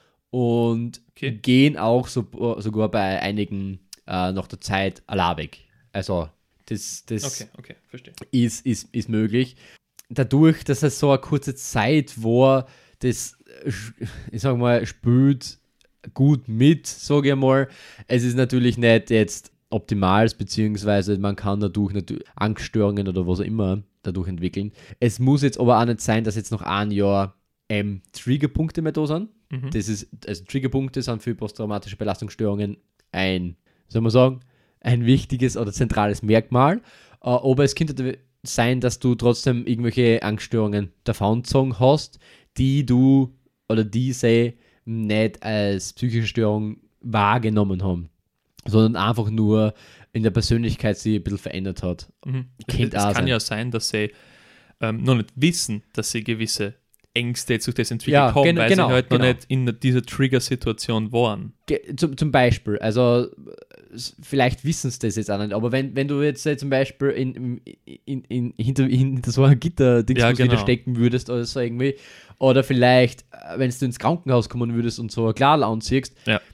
und gehen auch sogar bei einigen nach der Zeit allein weg. Also das okay, verstehe. Ist möglich. Dadurch, dass es so eine kurze Zeit war, das, ich sag mal, spielt gut mit, sage ich mal. Es ist natürlich nicht jetzt optimal, beziehungsweise man kann dadurch natürlich Angststörungen oder was auch immer dadurch entwickeln. Es muss jetzt aber auch nicht sein, dass jetzt noch ein Jahr Triggerpunkte mehr da sind. Mhm. Also Triggerpunkte sind für posttraumatische Belastungsstörungen ein wichtiges oder zentrales Merkmal. Aber es könnte sein, dass du trotzdem irgendwelche Angststörungen davongezogen hast, die du oder diese nicht als psychische Störung wahrgenommen haben, sondern einfach nur in der Persönlichkeit sie ein bisschen verändert hat. Mhm. Es kann ja sein, dass sie noch nicht wissen, dass sie gewisse Ängste jetzt durch das entwickelt haben, weil sie halt noch nicht in dieser Trigger-Situation waren. Zum Beispiel, also vielleicht wissen sie das jetzt auch nicht, aber wenn du jetzt zum Beispiel hinter so einem Gitter wieder stecken würdest oder so irgendwie, oder vielleicht, wenn du ins Krankenhaus kommen würdest und so ein Kladel anziehst,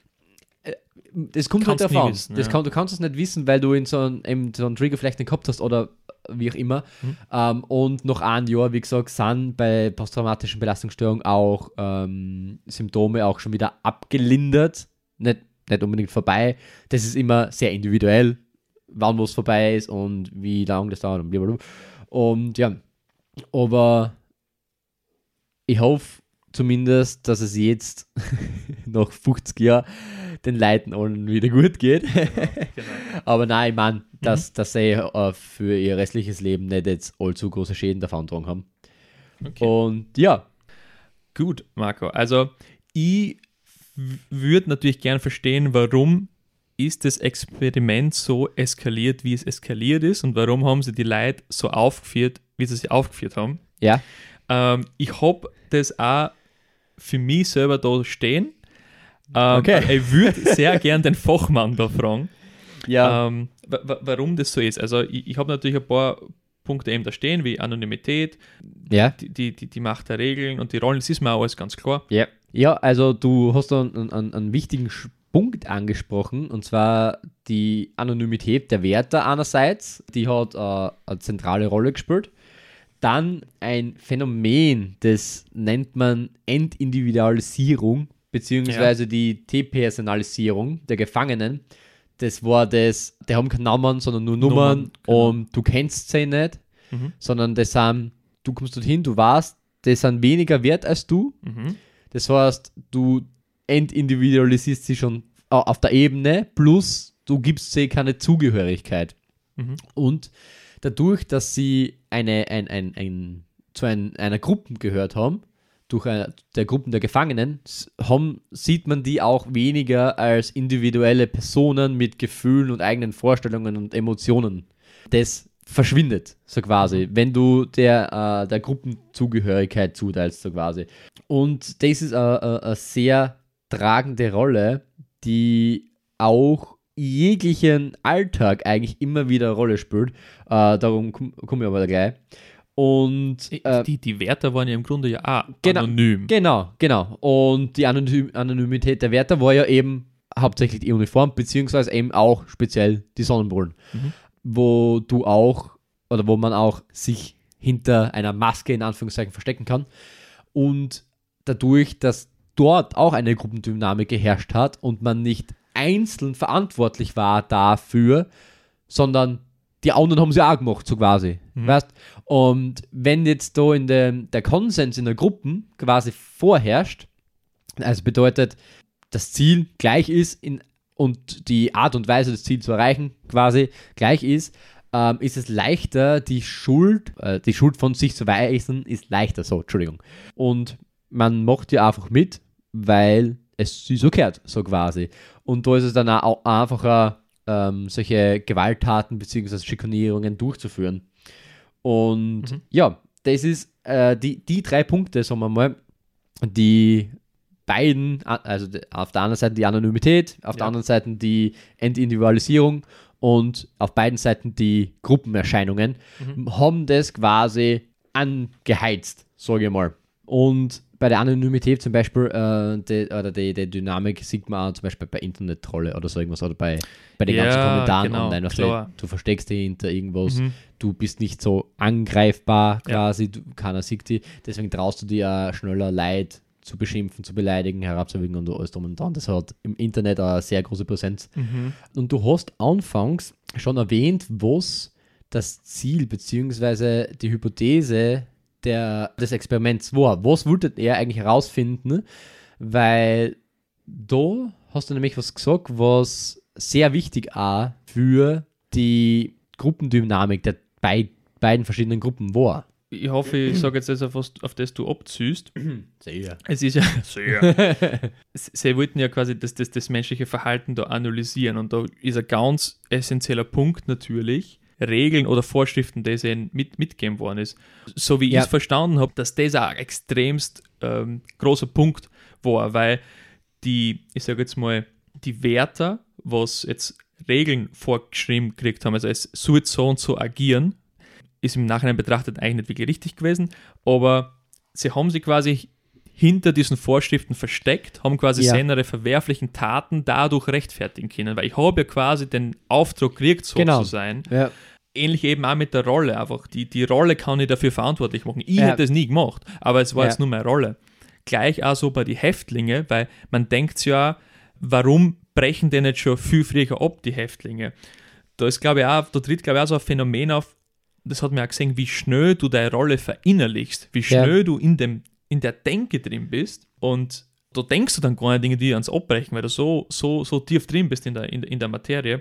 das kommt halt davon. Du kannst es nicht wissen, weil du so einen Trigger vielleicht nicht gehabt hast oder wie auch immer. Und nach einem Jahr, wie gesagt, sind bei posttraumatischen Belastungsstörungen auch Symptome auch schon wieder abgelindert. Nicht unbedingt vorbei. Das ist immer sehr individuell, wann was vorbei ist und wie lange das dauert und blablabla. Und ja, aber ich hoffe zumindest, dass es jetzt nach 50 Jahren den Leuten allen wieder gut geht. Genau. Aber nein, ich meine, dass sie für ihr restliches Leben nicht jetzt allzu große Schäden davongetragen haben. Okay. Und ja. Gut, Marco. Also ich würde natürlich gern verstehen, warum ist das Experiment so eskaliert, wie es eskaliert ist und warum haben sie die Leute so aufgeführt, wie sie aufgeführt haben. Ja. Ich habe das auch für mich selber da stehen. Ich würde sehr gern den Fachmann da fragen, warum das so ist. Also ich habe natürlich ein paar Punkte eben da stehen, wie Anonymität, die Macht der Regeln und die Rollen, das ist mir auch alles ganz klar. Ja, also du hast da einen wichtigen Punkt angesprochen, und zwar die Anonymität der Wärter einerseits, die hat eine zentrale Rolle gespielt. Dann ein Phänomen, das nennt man Entindividualisierung, beziehungsweise die Depersonalisierung der Gefangenen. Das war das, die haben keine Namen, sondern nur Nummern und du kennst sie nicht, sondern das sind, du kommst dorthin, du weißt, die sind weniger wert als du. Das heißt, du entindividualisierst sie schon auf der Ebene, plus du gibst sie keine Zugehörigkeit. Und dadurch, dass sie zu einer Gruppe gehört haben, durch der Gruppen der Gefangenen, sieht man die auch weniger als individuelle Personen mit Gefühlen und eigenen Vorstellungen und Emotionen. Das verschwindet, so quasi, wenn du der Gruppenzugehörigkeit zuteilst, so quasi. Und das ist eine sehr tragende Rolle, die auch jeglichen Alltag eigentlich immer wieder eine Rolle spielt. Darum komme ich aber da gleich. Und die Wärter waren ja im Grunde ja auch anonym. Genau. Und die Anonymität der Wärter war ja eben hauptsächlich die Uniform, beziehungsweise eben auch speziell die Sonnenbrillen, wo man auch sich hinter einer Maske in Anführungszeichen verstecken kann. Und dadurch, dass dort auch eine Gruppendynamik geherrscht hat und man nicht einzeln verantwortlich war dafür, sondern die anderen haben sie auch gemacht, so quasi. Weißt? Und wenn jetzt da in der Konsens in der Gruppe quasi vorherrscht, also bedeutet, das Ziel gleich ist und die Art und Weise, das Ziel zu erreichen, quasi gleich ist es leichter, die Schuld von sich zu weisen, ist leichter, so, Entschuldigung. Und man macht ja einfach mit, weil es sie so gehört, so quasi. Und da ist es dann auch einfacher, solche Gewalttaten bzw. Schikanierungen durchzuführen. Und ja, das ist die 3 Punkte, sagen wir mal, die beiden, also auf der einen Seite die Anonymität, auf der anderen Seite die Entindividualisierung und auf beiden Seiten die Gruppenerscheinungen, haben das quasi angeheizt, sage ich mal. Und bei der Anonymität zum Beispiel, die Dynamik sieht man auch zum Beispiel bei Internet-Trolle oder so irgendwas, oder bei den ganzen Kommentaren online. Du versteckst dich hinter irgendwas, du bist nicht so angreifbar quasi, keiner sieht dich, deswegen traust du dir schneller Leid zu beschimpfen, zu beleidigen, herabzuwürdigen und alles drum und dran. Das hat im Internet eine sehr große Präsenz. Und du hast anfangs schon erwähnt, was das Ziel bzw. die Hypothese des Experiments war. Was wollte er eigentlich herausfinden? Weil da hast du nämlich was gesagt, was sehr wichtig auch für die Gruppendynamik der beiden verschiedenen Gruppen war. Ich hoffe, ich sage jetzt auf das du abziehst. Sehr. Es ist ja sehr. Sie wollten ja quasi das menschliche Verhalten da analysieren und da ist ein ganz essentieller Punkt natürlich, Regeln oder Vorschriften, die ihnen mitgegeben worden ist. So wie ich es verstanden habe, dass das auch ein extremst großer Punkt war, weil ich sage jetzt mal, die Wärter, was jetzt Regeln vorgeschrieben gekriegt haben, also es soll so und so agieren, ist im Nachhinein betrachtet eigentlich nicht wirklich richtig gewesen, aber sie haben sich quasi hinter diesen Vorschriften versteckt, haben quasi seine verwerflichen Taten dadurch rechtfertigen können, weil ich habe ja quasi den Auftrag gekriegt, so zu sein. Ja. Ähnlich eben auch mit der Rolle einfach. Die Rolle kann ich dafür verantwortlich machen. Ich hätte es nie gemacht, aber es war jetzt nur meine Rolle. Gleich auch so bei den Häftlingen, weil man denkt ja, warum brechen die nicht schon viel früher ab, die Häftlinge? Da tritt, glaube ich, auch so ein Phänomen auf, das hat man auch gesehen, wie schnell du deine Rolle verinnerlichst, wie schnell du in der Denke drin bist und da denkst du dann gar nicht Dinge, die ans Abbrechen, weil du so tief drin bist in der Materie.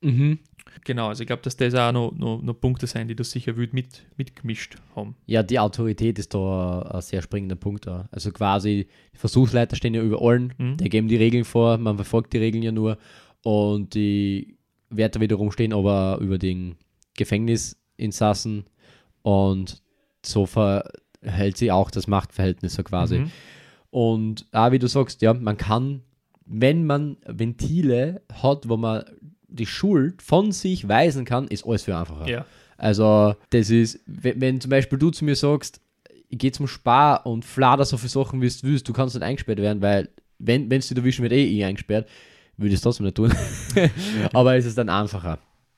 Genau, also ich glaube, dass das auch noch Punkte sein, die das sicher mitgemischt haben. Ja, die Autorität ist da ein sehr springender Punkt. Also quasi, die Versuchsleiter stehen ja über allen, die geben die Regeln vor, man verfolgt die Regeln ja nur und die Wärter wiederum stehen aber über den Gefängnisinsassen und so verhält sich auch das Machtverhältnis so quasi. Und wie du sagst, ja, man kann, wenn man Ventile hat, wo man die Schuld von sich weisen kann, ist alles viel einfacher. Ja. Also das ist, wenn zum Beispiel du zu mir sagst, ich gehe zum Spar und flader so viele Sachen, wie du willst, du kannst nicht eingesperrt werden, weil wenn es dich erwischen wird, eingesperrt, würde ich es trotzdem nicht tun. Aber es ist dann einfacher,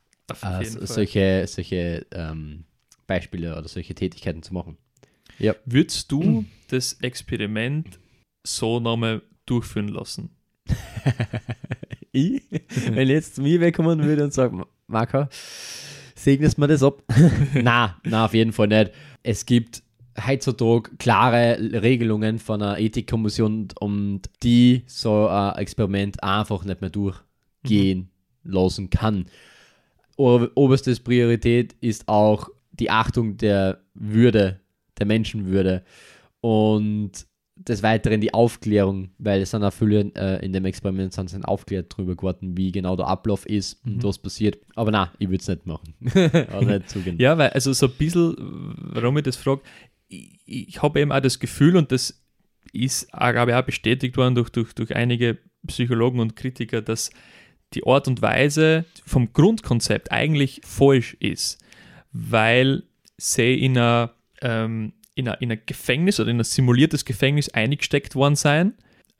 solche Beispiele oder solche Tätigkeiten zu machen. Ja. Würdest du das Experiment so nochmal durchführen lassen? Wenn jetzt zu mir wegkommen würde und sagen, Marco, segnest mir das ab? Nein, auf jeden Fall nicht. Es gibt heutzutage klare Regelungen von einer Ethikkommission und die so ein Experiment einfach nicht mehr durchgehen lassen kann. Oberstes Priorität ist auch die Achtung der Würde, der Menschenwürde und des Weiteren die Aufklärung, weil es sind auch viele in dem Experiment sind aufklärt darüber geworden, wie genau der Ablauf ist und was passiert. Aber nein, ich würde es nicht machen. Auch nicht zugeben. Ja, weil also so ein bisschen, warum ich das frage, ich habe eben auch das Gefühl und das ist, glaube ich, auch bestätigt worden durch einige Psychologen und Kritiker, dass die Art und Weise vom Grundkonzept eigentlich falsch ist, weil sie in ein Gefängnis oder in ein simuliertes Gefängnis eingesteckt worden sein,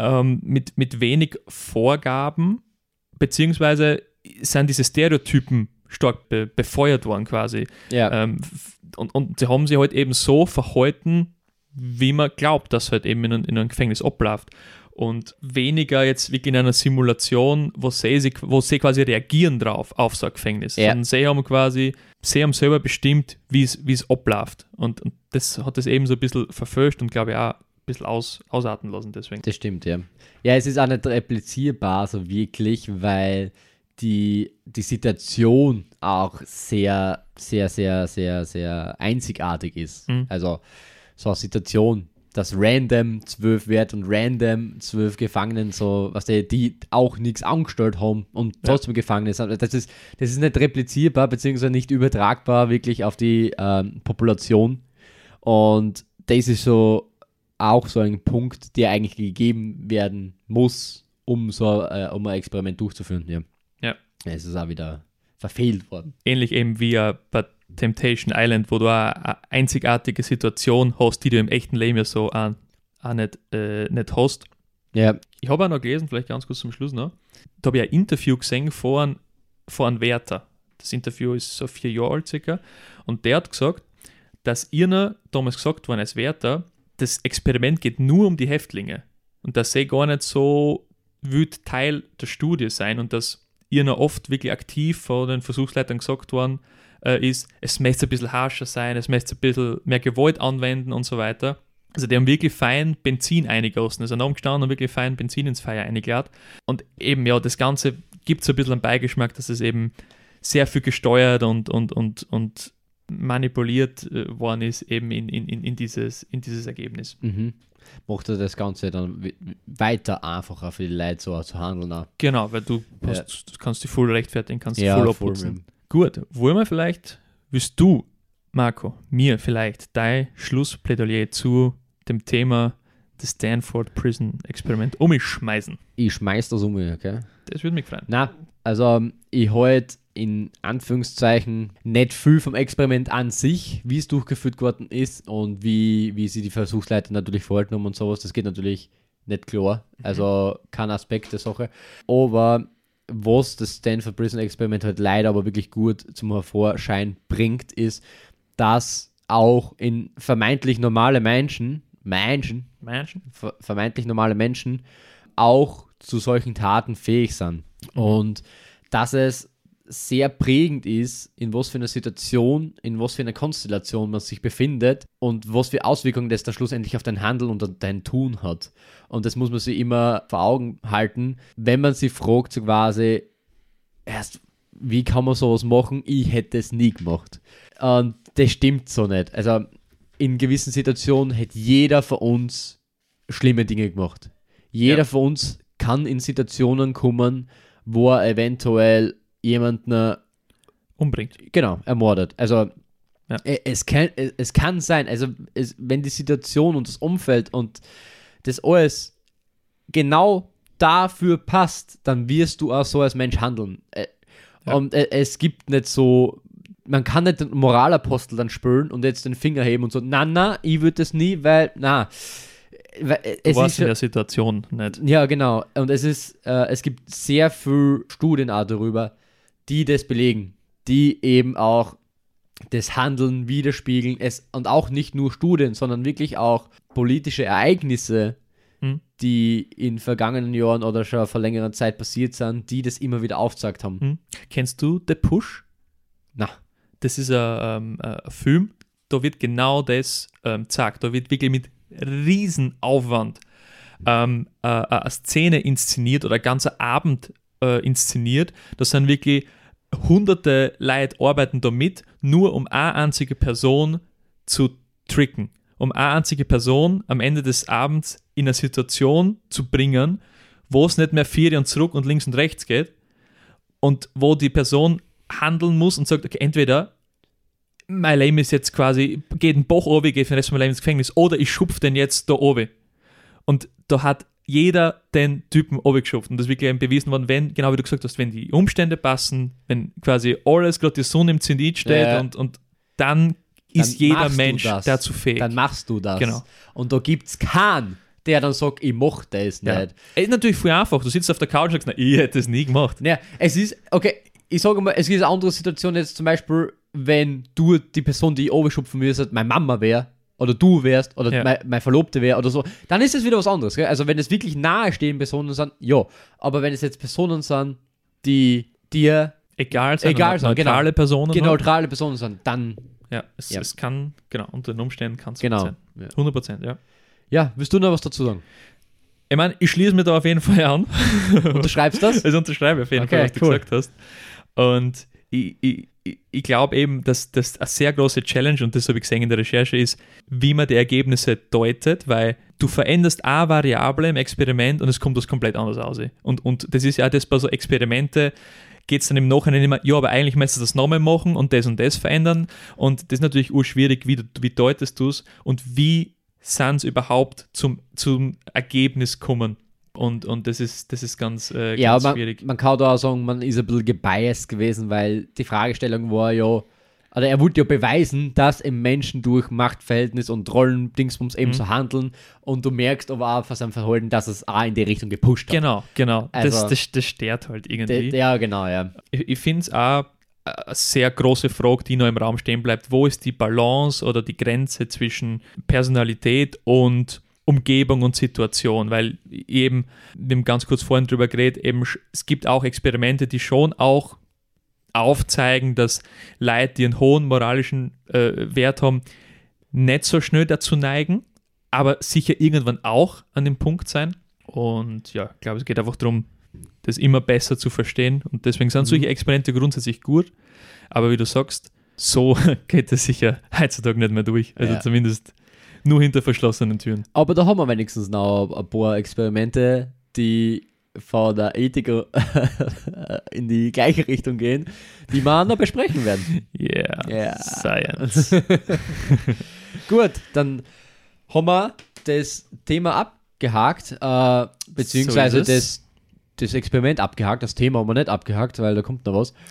mit wenig Vorgaben, beziehungsweise sind diese Stereotypen stark befeuert worden quasi. Ja. Und sie haben sich halt eben so verhalten, wie man glaubt, dass halt eben in einem Gefängnis abläuft. Und weniger jetzt wirklich in einer Simulation, wo sie quasi reagieren drauf auf so ein Gefängnis. Ja. Sondern sie haben selber bestimmt, wie es abläuft. Und das hat es eben so ein bisschen verfälscht und glaube ich auch ein bisschen ausarten lassen deswegen. Das stimmt, ja. Ja, es ist auch nicht replizierbar so wirklich, weil die Situation auch sehr, sehr, sehr, sehr, sehr einzigartig ist. Also so eine Situation, dass random 12 wird und random 12 Gefangenen, so, was die auch nichts angestellt haben und trotzdem gefangen sind. Das ist nicht replizierbar, beziehungsweise nicht übertragbar wirklich auf die Population. Und das ist so auch so ein Punkt, der eigentlich gegeben werden muss, um ein Experiment durchzuführen. Ja. Es ist auch wieder verfehlt worden. Ähnlich eben wie bei Temptation Island, wo du eine einzigartige Situation hast, die du im echten Leben ja so auch nicht hast. Ja. Ich habe auch noch gelesen, vielleicht ganz kurz zum Schluss noch, da habe ich ein Interview gesehen von einem Wärter. Das Interview ist so 4 Jahre alt circa. Und der hat gesagt, dass ihnen damals gesagt worden als Wärter, das Experiment geht nur um die Häftlinge. Und dass sie gar nicht so Teil der Studie sein und dass ihnen oft wirklich aktiv von den Versuchsleitern gesagt worden ist, es möchte ein bisschen harscher sein, es möchte ein bisschen mehr Gewalt anwenden und so weiter. Also die haben wirklich fein Benzin eingegossen, also haben gestanden und wirklich fein Benzin ins Feuer eingeladen. Und eben, ja, das Ganze gibt so ein bisschen einen Beigeschmack, dass es eben sehr viel gesteuert und manipuliert worden ist, eben in dieses Ergebnis. Macht das Ganze dann weiter einfacher für die Leute so zu handeln. Auch. Genau, weil du kannst dich voll rechtfertigen, kannst dich voll abputzen. Gut, willst du, Marco, mir vielleicht dein Schlussplädoyer zu dem Thema des Stanford Prison Experiment umschmeißen? Ich schmeiß das um, okay? Das würde mich freuen. Na, also ich halte in Anführungszeichen nicht viel vom Experiment an sich, wie es durchgeführt worden ist und wie sie die Versuchsleiter natürlich verhalten haben und sowas. Das geht natürlich nicht klar. Also kein Aspekt der Sache. Aber was das Stanford Prison Experiment halt leider aber wirklich gut zum Hervorschein bringt, ist, dass auch in vermeintlich normale vermeintlich normale Menschen auch zu solchen Taten fähig sind. Und dass es sehr prägend ist, in was für einer Situation, in was für einer Konstellation man sich befindet und was für Auswirkungen das dann schlussendlich auf dein Handeln und dein Tun hat. Und das muss man sich immer vor Augen halten, wenn man sich fragt, so quasi, wie kann man sowas machen? Ich hätte es nie gemacht. Und das stimmt so nicht. Also in gewissen Situationen hätte jeder von uns schlimme Dinge gemacht. Jeder von uns kann in Situationen kommen, wo er eventuell jemanden umbringt. Genau, ermordet. Also es kann sein, also wenn die Situation und das Umfeld und das alles genau dafür passt, dann wirst du auch so als Mensch handeln. Und es gibt nicht so, man kann nicht den Moralapostel dann spüren und jetzt den Finger heben und so, na, ich würde das nie, weil, du warst in der Situation nicht. Ja, genau. Und es gibt sehr viele Studien auch darüber, die das belegen, die eben auch das Handeln widerspiegeln. Und auch nicht nur Studien, sondern wirklich auch politische Ereignisse, die in vergangenen Jahren oder schon vor längerer Zeit passiert sind, die das immer wieder aufgezeigt haben. Kennst du The Push? Na. Das ist ein Film, da wird genau das gezeigt. Da wird wirklich mit Riesenaufwand eine Szene inszeniert oder ein ganzer Abend inszeniert. Da sind wirklich hunderte Leute arbeiten damit, nur um eine einzige Person zu tricken. Um eine einzige Person am Ende des Abends in eine Situation zu bringen, wo es nicht mehr vier und zurück und links und rechts geht und wo die Person handeln muss und sagt, okay, entweder mein Leben ist jetzt quasi, geht ein Bach runter, geht für den Rest von meinem Leben ins Gefängnis oder ich schupfe den jetzt da oben. Und da hat jeder den Typen runtergeschoben. Und das ist wirklich eben bewiesen worden, wenn, genau wie du gesagt hast, wenn die Umstände passen, wenn quasi alles, gerade die Sonne im Zenit steht und dann ist jeder Mensch dazu fähig. Dann machst du das. Genau. Und da gibt es keinen, der dann sagt, ich mach das nicht. Es ist natürlich viel einfach. Du sitzt auf der Couch und sagst, ich hätte das nie gemacht. Ja, es ist, okay, ich sage mal, es ist eine andere Situation jetzt zum Beispiel, wenn du die Person, die ich runterschupfen müsste, meine Mama wäre, oder du wärst, oder mein Verlobte wäre, oder so, dann ist es wieder was anderes. Gell? Also wenn es wirklich nahestehende Personen sind, ja. Aber wenn es jetzt Personen sind, die dir egal sind, neutrale Personen. Genau, neutrale Personen sind, dann... Ja, es kann, genau, unter den Umständen kann es sein. 100%, ja. Ja, willst du noch was dazu sagen? Ich meine, ich schließe mich da auf jeden Fall an. Unterschreibst du das? Also unterschreibe auf jeden Fall, was du gesagt hast. Und ich glaube eben, dass das eine sehr große Challenge, und das habe ich gesehen in der Recherche, ist, wie man die Ergebnisse deutet, weil du veränderst eine Variable im Experiment und es kommt was komplett anderes raus. Und das ist ja das bei so Experimente, geht es dann im Nachhinein immer, ja, aber eigentlich müsstest du das nochmal machen und das verändern. Und das ist natürlich urschwierig, wie deutest du es und wie sind sie überhaupt zum Ergebnis kommen. Und das ist ganz schwierig. Man kann da auch sagen, man ist ein bisschen gebiased gewesen, weil die Fragestellung war ja, oder er wollte ja beweisen, dass im Menschen durch Machtverhältnis und Rollen-Dingsbums eben so handeln, und du merkst aber auch von seinem Verhalten, dass es auch in die Richtung gepusht hat. Genau. Also, das stört halt irgendwie. Ja, genau, ja. Ich finde es auch eine sehr große Frage, die noch im Raum stehen bleibt. Wo ist die Balance oder die Grenze zwischen Personalität und Umgebung und Situation? Weil eben, wir haben ganz kurz vorhin drüber geredet, eben, es gibt auch Experimente, die schon auch aufzeigen, dass Leute, die einen hohen moralischen Wert haben, nicht so schnell dazu neigen, aber sicher irgendwann auch an dem Punkt sein. Und ja, ich glaube, es geht einfach darum, das immer besser zu verstehen. Und deswegen sind solche Experimente grundsätzlich gut. Aber wie du sagst, so geht es sicher heutzutage nicht mehr durch. Also zumindest nur hinter verschlossenen Türen. Aber da haben wir wenigstens noch ein paar Experimente, die von der Ethik in die gleiche Richtung gehen, die wir noch besprechen werden. Yeah. Science. Gut, dann haben wir das Thema abgehakt, beziehungsweise das Experiment abgehakt. Das Thema haben wir nicht abgehakt, weil da kommt noch was.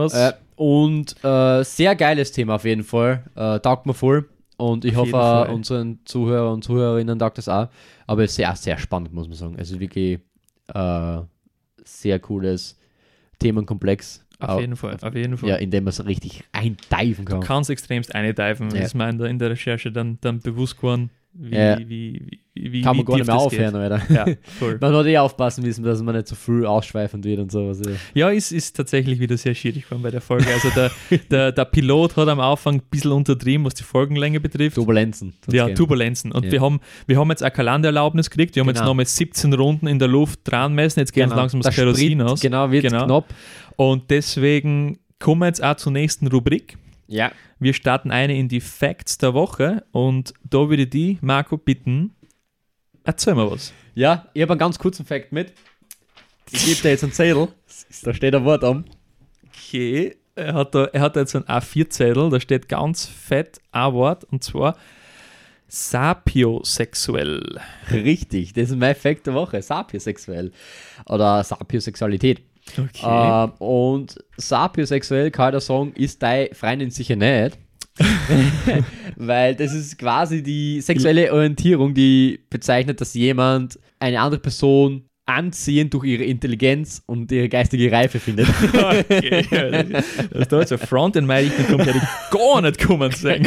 Und sehr geiles Thema auf jeden Fall. Taugt mir voll. Und ich hoffe, unseren Zuhörer und Zuhörerinnen taugt das auch. Aber es ist sehr, sehr spannend, muss man sagen. Also wirklich sehr cooles Themenkomplex. Auf jeden Fall. Ja, in dem man so richtig eindeiven kann. Du kannst extremst eindeiven. Das ist mir in der Recherche dann bewusst geworden, wie kann man gar nicht mehr aufhören, Alter. Ja, voll. Man hat aufpassen müssen, dass man nicht so früh ausschweifend wird und sowas. Ja, ist tatsächlich wieder sehr schwierig geworden bei der Folge. Also der Pilot hat am Anfang ein bisschen untertrieben, was die Folgenlänge betrifft. Turbulenzen. Turbulenzen. Und wir haben jetzt eine Kalendererlaubnis gekriegt. Wir haben jetzt nochmal 17 Runden in der Luft dran messen. Jetzt geht langsam das Kerosin aus. Genau, wird knapp. Und deswegen kommen wir jetzt auch zur nächsten Rubrik. Ja. Wir starten eine in die Facts der Woche und da würde ich die, Marco, bitten, erzähl mal was. Ja, ich habe einen ganz kurzen Fact mit. Ich gebe dir jetzt einen Zettel. Da steht ein Wort am. Okay, er hat jetzt einen A4-Zettel, da steht ganz fett ein Wort, und zwar sapiosexuell. Richtig, das ist mein Fact der Woche. Sapiosexuell. Oder Sapiosexualität. Okay. Und sapiosexuell, kann ich sagen, ist deine Freundin sicher nicht. Weil das ist quasi die sexuelle Orientierung, die bezeichnet, dass jemand eine andere Person anziehend durch ihre Intelligenz und ihre geistige Reife findet. Okay. Dass da jetzt ein Front in meine Richtung kommt, hätte ich gar nicht kommen sehen.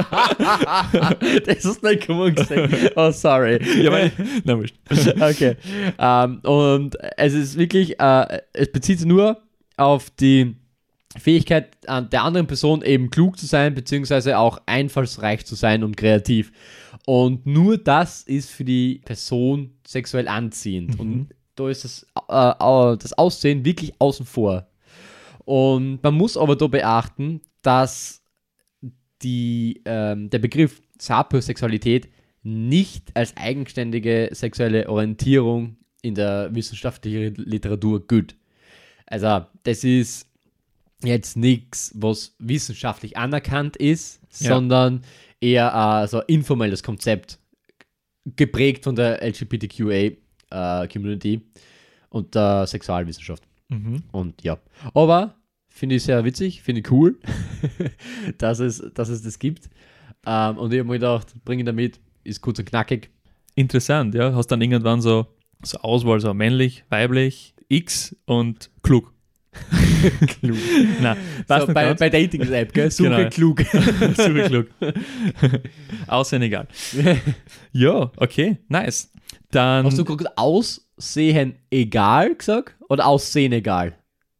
Das ist nicht kommen sehen. Oh, sorry. Ja, weil, na wurscht. Okay. Und es ist wirklich, es bezieht sich nur auf die Fähigkeit der anderen Person eben klug zu sein, beziehungsweise auch einfallsreich zu sein und kreativ. Und nur das ist für die Person sexuell anziehend. Und da ist das Aussehen wirklich außen vor. Und man muss aber da beachten, dass der Begriff Sapiosexualität nicht als eigenständige sexuelle Orientierung in der wissenschaftlichen Literatur gilt. Also das ist jetzt nichts, was wissenschaftlich anerkannt ist, sondern eher so ein informelles Konzept, geprägt von der LGBTQA Community und der Sexualwissenschaft. Mhm. Und ja, aber finde ich sehr witzig, finde ich cool, dass es das gibt. Und ich habe mir gedacht, bringe ich damit, ist kurz und knackig. Interessant, ja. Hast dann irgendwann so Auswahl, so männlich, weiblich, X und klug. Klug. Nein, So, bei Dating-App, gell? Suche Genau. klug. Suche klug. Aussehen egal. Ja, okay, nice. Dann Hast du gerade Aussehen egal gesagt oder Aussehen egal?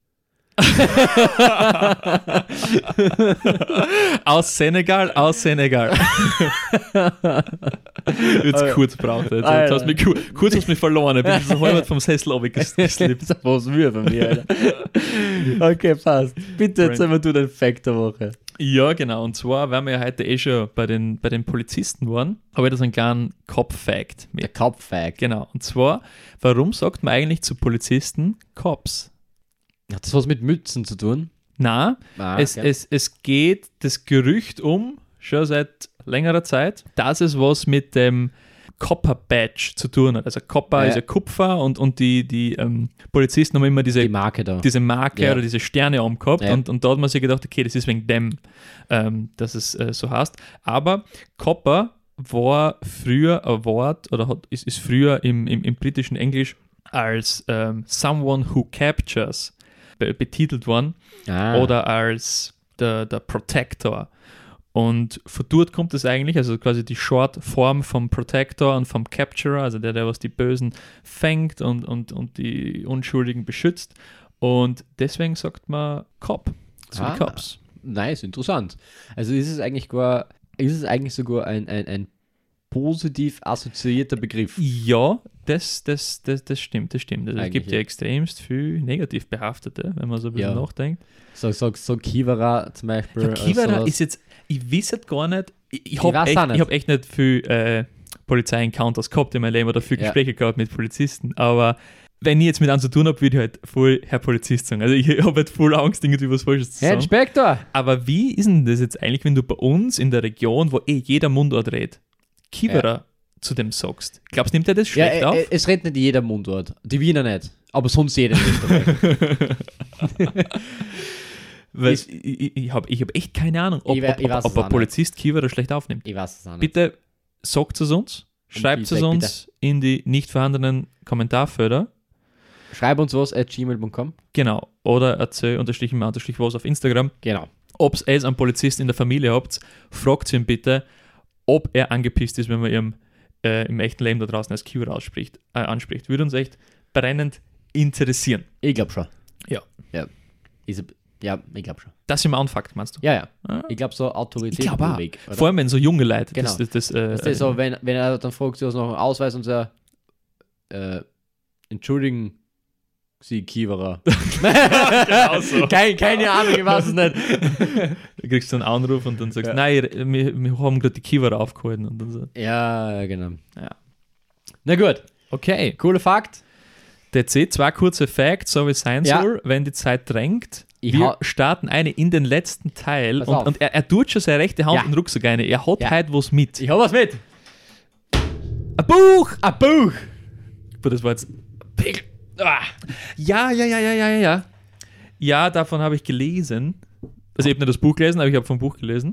aus Senegal. Jetzt kurz braucht er. Jetzt hast du mich kurz hast mich verloren. Ich bin so halb vom Sessel runtergeslippt. Das ist was wir von mir, Alter. Okay, passt. Bitte erzähl mir du den Fact der Woche. Ja, genau. Und zwar, weil wir ja heute schon bei den Polizisten waren, habe ich da so einen kleinen Cop-Fact mit. Der Cop-Fact. Genau. Und zwar, warum sagt man eigentlich zu Polizisten Cops? Hat das was mit Mützen zu tun? Na, Ah, es geht das Gerücht schon seit längerer Zeit, dass es was mit dem Copper-Badge zu tun hat. Also Copper ist ja Kupfer und die Polizisten haben immer Die Marke da. diese Marke Ja. oder diese Sterne umgehabt Ja. und da hat man sich gedacht, okay, das ist wegen dem, dass es so heißt. Aber Copper war früher ein Wort oder ist früher im britischen Englisch als someone who captures betitelt worden oder als der Protector. Und von dort kommt es eigentlich, also quasi die Shortform vom Protector und vom Capturer, also der was die Bösen fängt und die Unschuldigen beschützt. Und deswegen sagt man Cop, so wie Cops. Nice, interessant. Also ist es eigentlich sogar ein positiv assoziierter Begriff. Ja, das stimmt. Also es gibt ja ja. extremst viel negativ behaftete, wenn man so ein bisschen nachdenkt. So Kivara zum Beispiel. Ja, Kivara sowas. ist jetzt, ich weiß es gar nicht, ich weiß auch habe nicht. echt nicht viel Polizei-Encounters gehabt in meinem Leben oder viel Gespräche gehabt mit Polizisten, aber wenn ich jetzt mit einem zu tun habe, würde ich halt voll Herr Polizist sagen. Also ich habe halt voll Angst, irgendwie was Falsches zu Herr sagen. Inspektor! Aber wie ist denn das jetzt eigentlich, wenn du bei uns in der Region, wo jeder Mundart redet, Kivara zu dem sagst? Glaubst du, nimmt er das schlecht auf? Es redet nicht jeder Mundort. Die Wiener nicht. Aber sonst jeder in Österreich. Weil ich hab echt keine Ahnung, ob ein Polizist Kivara schlecht aufnimmt. Ich weiß es auch nicht. Bitte sagt es uns, schreibt es uns in die nicht vorhandenen Kommentarfelder. Schreib uns was @gmail.com. Genau. Oder erzähl _was auf Instagram. Genau. Ob ihr einen Polizisten in der Familie habt, fragt ihn bitte, ob er angepisst ist, wenn man ihm im echten Leben da draußen als Kivara anspricht. Würde uns echt brennend interessieren. Ich glaube schon. Ja. Ja, ich glaube schon. Das ist im Unfakt, meinst du? Ja. Ah. Ich glaube so Autorität. Ich glaube auch. Weg, oder? Vor allem, wenn so junge Leute Genau. das Weißt du, so, wenn er dann fragt, sie hast noch einen Ausweis und so, entschuldigen Sie, Kivara. genau so. Keine Ahnung, ich weiß es nicht. Du kriegst so einen Anruf und dann sagst du, nein, wir haben gerade die Kivara aufgehalten. Und dann so. Ja, genau. Ja. Na gut, Okay, cooler Fakt. DC, 2 kurze Facts, so wie es sein Ja. soll, wenn die Zeit drängt. Ich Wir hau- starten eine in den letzten Teil Pass auf. und er tut schon seine rechte Hand Ja. in den Rucksack rein. Er hat Ja. heute was mit. Ich habe was mit. Ein Buch! Ein Buch. Aber das war jetzt... Ja. Ja, davon habe ich gelesen. Also ich habe nicht das Buch gelesen, aber ich habe vom Buch gelesen.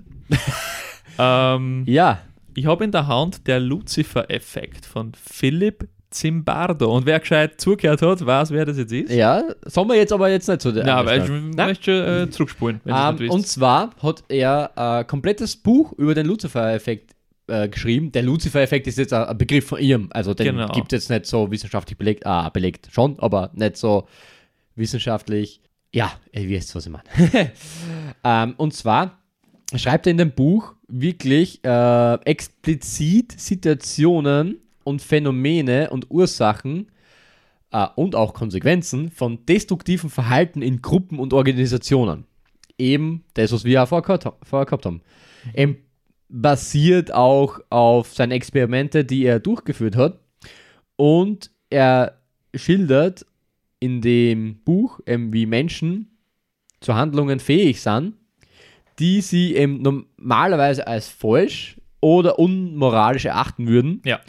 Ja. Ich habe in der Hand der Lucifer-Effekt von Philipp Zimbardo. Und wer gescheit zugehört hat, weiß, wer das jetzt ist. Ja, sollen wir jetzt aber jetzt nicht zu der. Ja, aber ich Na? möchte schon zurückspulen, wenn du nicht Und wisst. zwar hat er ein komplettes Buch über den Lucifer-Effekt geschrieben. Der Lucifer-Effekt ist jetzt ein Begriff von ihm. Also den Genau. gibt es jetzt nicht so wissenschaftlich belegt. Belegt schon, aber nicht so wissenschaftlich. Ja, ihr wisst, was ich meine. Und zwar schreibt er in dem Buch wirklich explizit Situationen und Phänomene und Ursachen und auch Konsequenzen von destruktivem Verhalten in Gruppen und Organisationen. Eben das, was wir ja vorher gehabt haben. Eben basiert auch auf seine Experimente, die er durchgeführt hat. Und er schildert in dem Buch, wie Menschen zu Handlungen fähig sind, die sie eben normalerweise als falsch oder unmoralisch erachten würden, Ja.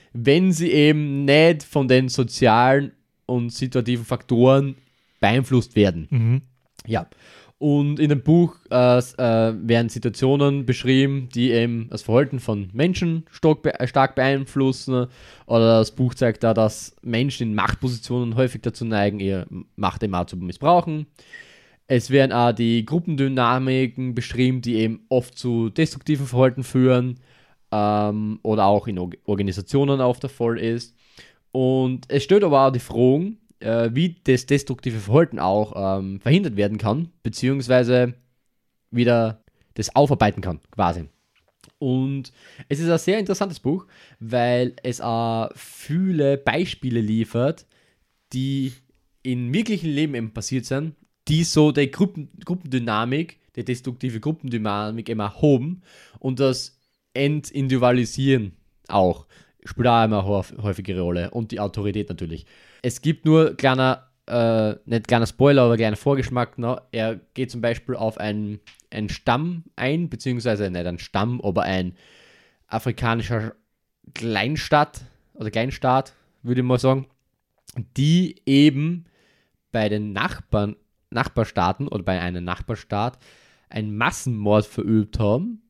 wenn sie eben nicht von den sozialen und situativen Faktoren beeinflusst werden. Ja. Und in dem Buch werden Situationen beschrieben, die eben das Verhalten von Menschen stark beeinflussen. Oder das Buch zeigt da, dass Menschen in Machtpositionen häufig dazu neigen, ihre Macht eben auch zu missbrauchen. Es werden auch die Gruppendynamiken beschrieben, die eben oft zu destruktiven Verhalten führen oder auch in Organisationen oft der Fall ist. Und es stellt aber auch die Fragen, wie das destruktive Verhalten auch verhindert werden kann, beziehungsweise wieder das aufarbeiten kann, quasi. Und es ist ein sehr interessantes Buch, weil es auch viele Beispiele liefert, die im wirklichen Leben eben passiert sind, die so die Gruppendynamik, die destruktive Gruppendynamik immer haben und das Entindividualisieren auch spielt auch immer eine häufige Rolle und die Autorität natürlich. Es gibt nur nicht kleiner Spoiler, aber kleiner Vorgeschmack. Ne? Er geht zum Beispiel auf einen Stamm ein, beziehungsweise nicht ein Stamm, aber ein afrikanischer Kleinstaat, würde ich mal sagen, die eben bei den Nachbarstaaten oder bei einem Nachbarstaat einen Massenmord verübt haben,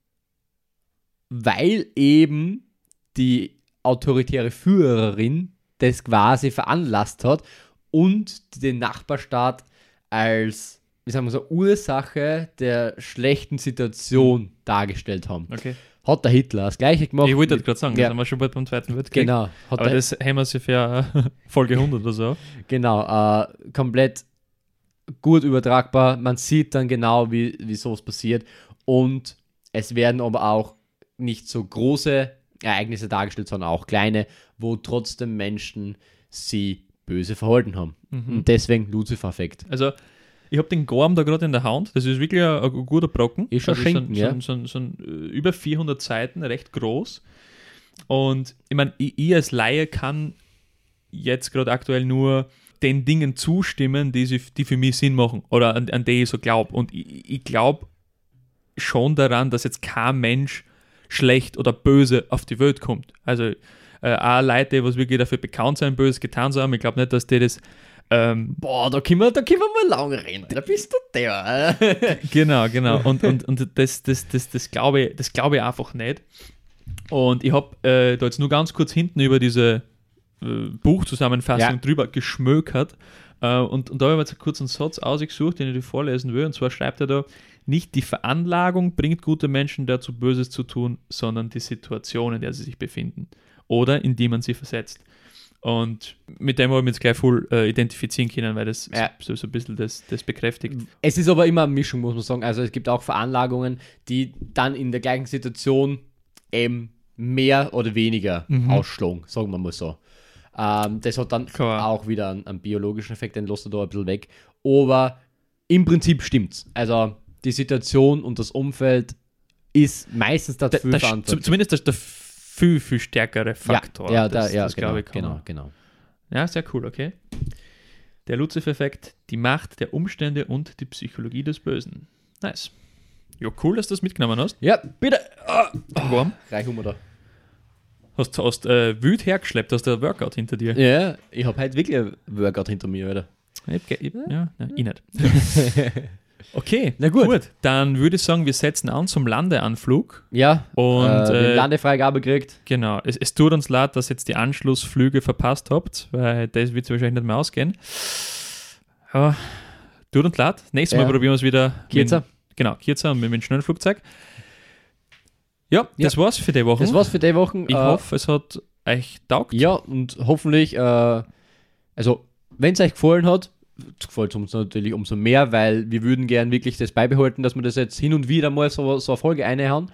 weil eben die autoritäre Führerin das quasi veranlasst hat und den Nachbarstaat als, wie sagen wir so, Ursache der schlechten Situation dargestellt haben. Okay. Hat der Hitler das Gleiche gemacht. Ich wollte das gerade sagen, das haben wir schon bald beim Zweiten Weltkrieg. Genau. Aber das haben wir sich für Folge 100 oder so. Genau, komplett gut übertragbar. Man sieht dann genau, wie sowas passiert. Und es werden aber auch nicht so große Ereignisse dargestellt, sondern auch kleine, wo trotzdem Menschen sie böse verhalten haben. Und deswegen Lucifer-Effekt. Also, ich habe den Gorm da gerade in der Hand. Das ist wirklich ein guter Brocken. Ist schon Schinken, ja. So über 400 Seiten, recht groß. Und ich meine, ich als Laie kann jetzt gerade aktuell nur den Dingen zustimmen, die für mich Sinn machen oder an die ich so glaube. Und ich glaube schon daran, dass jetzt kein Mensch schlecht oder böse auf die Welt kommt. Also auch Leute, die wirklich dafür bekannt sind, Böses getan zu haben, ich glaube nicht, dass die das da können wir mal lang reden, da bist du der. Genau. Und das glaube ich einfach nicht. Und ich habe da jetzt nur ganz kurz hinten über diese Buchzusammenfassung drüber geschmökert. Und da habe ich jetzt kurz einen Satz ausgesucht, den ich dir vorlesen will. Und zwar schreibt er da: Nicht die Veranlagung bringt gute Menschen dazu, Böses zu tun, sondern die Situation, in der sie sich befinden oder in die man sie versetzt. Und mit dem habe ich mich jetzt gleich voll identifizieren können, weil das so ein bisschen das bekräftigt. Es ist aber immer eine Mischung, muss man sagen. Also es gibt auch Veranlagungen, die dann in der gleichen Situation eben mehr oder weniger ausschlagen, sagen wir mal so. Das hat dann auch wieder einen biologischen Effekt, den lässt er da ein bisschen weg. Aber im Prinzip stimmt's. Also die Situation und das Umfeld ist meistens dafür verantwortlich. Zumindest der viel, viel stärkere Faktor. Das glaube ich. Genau. Ja, sehr cool, okay. Der Lucifer-Effekt, die Macht der Umstände und die Psychologie des Bösen. Nice. Ja, cool, dass du das mitgenommen hast. Ja, bitte. Warm. Reichen wir da. Hast wild hergeschleppt, hast du ein Workout hinter dir? Ja, ich habe halt wirklich ein Workout hinter mir, oder? Ich nicht. Okay, na gut. Dann würde ich sagen, wir setzen an zum Landeanflug. Ja, und Landefreigabe gekriegt. Genau, es tut uns leid, dass ihr jetzt die Anschlussflüge verpasst habt, weil das wird wahrscheinlich nicht mehr ausgehen. Aber tut uns leid. Nächstes Mal probieren wir es wieder. Kürzer. Kürzer und mit dem schnellen Flugzeug. Ja, das war's für die Woche. Ich hoffe, es hat euch taugt. Ja, und hoffentlich, also, wenn es euch gefallen hat, gefällt es uns natürlich umso mehr, weil wir würden gern wirklich das beibehalten, dass wir das jetzt hin und wieder mal so eine Folge reinhauen.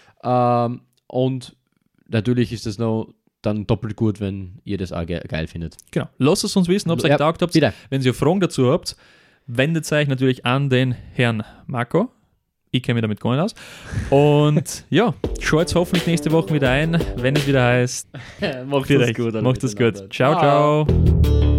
Und natürlich ist das noch dann doppelt gut, wenn ihr das auch geil findet. Genau. Lasst es uns wissen, ob es euch taugt habt. Bitte. Wenn ihr Fragen dazu habt, wendet euch natürlich an den Herrn Marco. Ich kenne mich damit gar nicht aus. Und ja, schaut hoffentlich nächste Woche wieder ein, wenn es wieder heißt. Macht es gut. Ciao, ciao.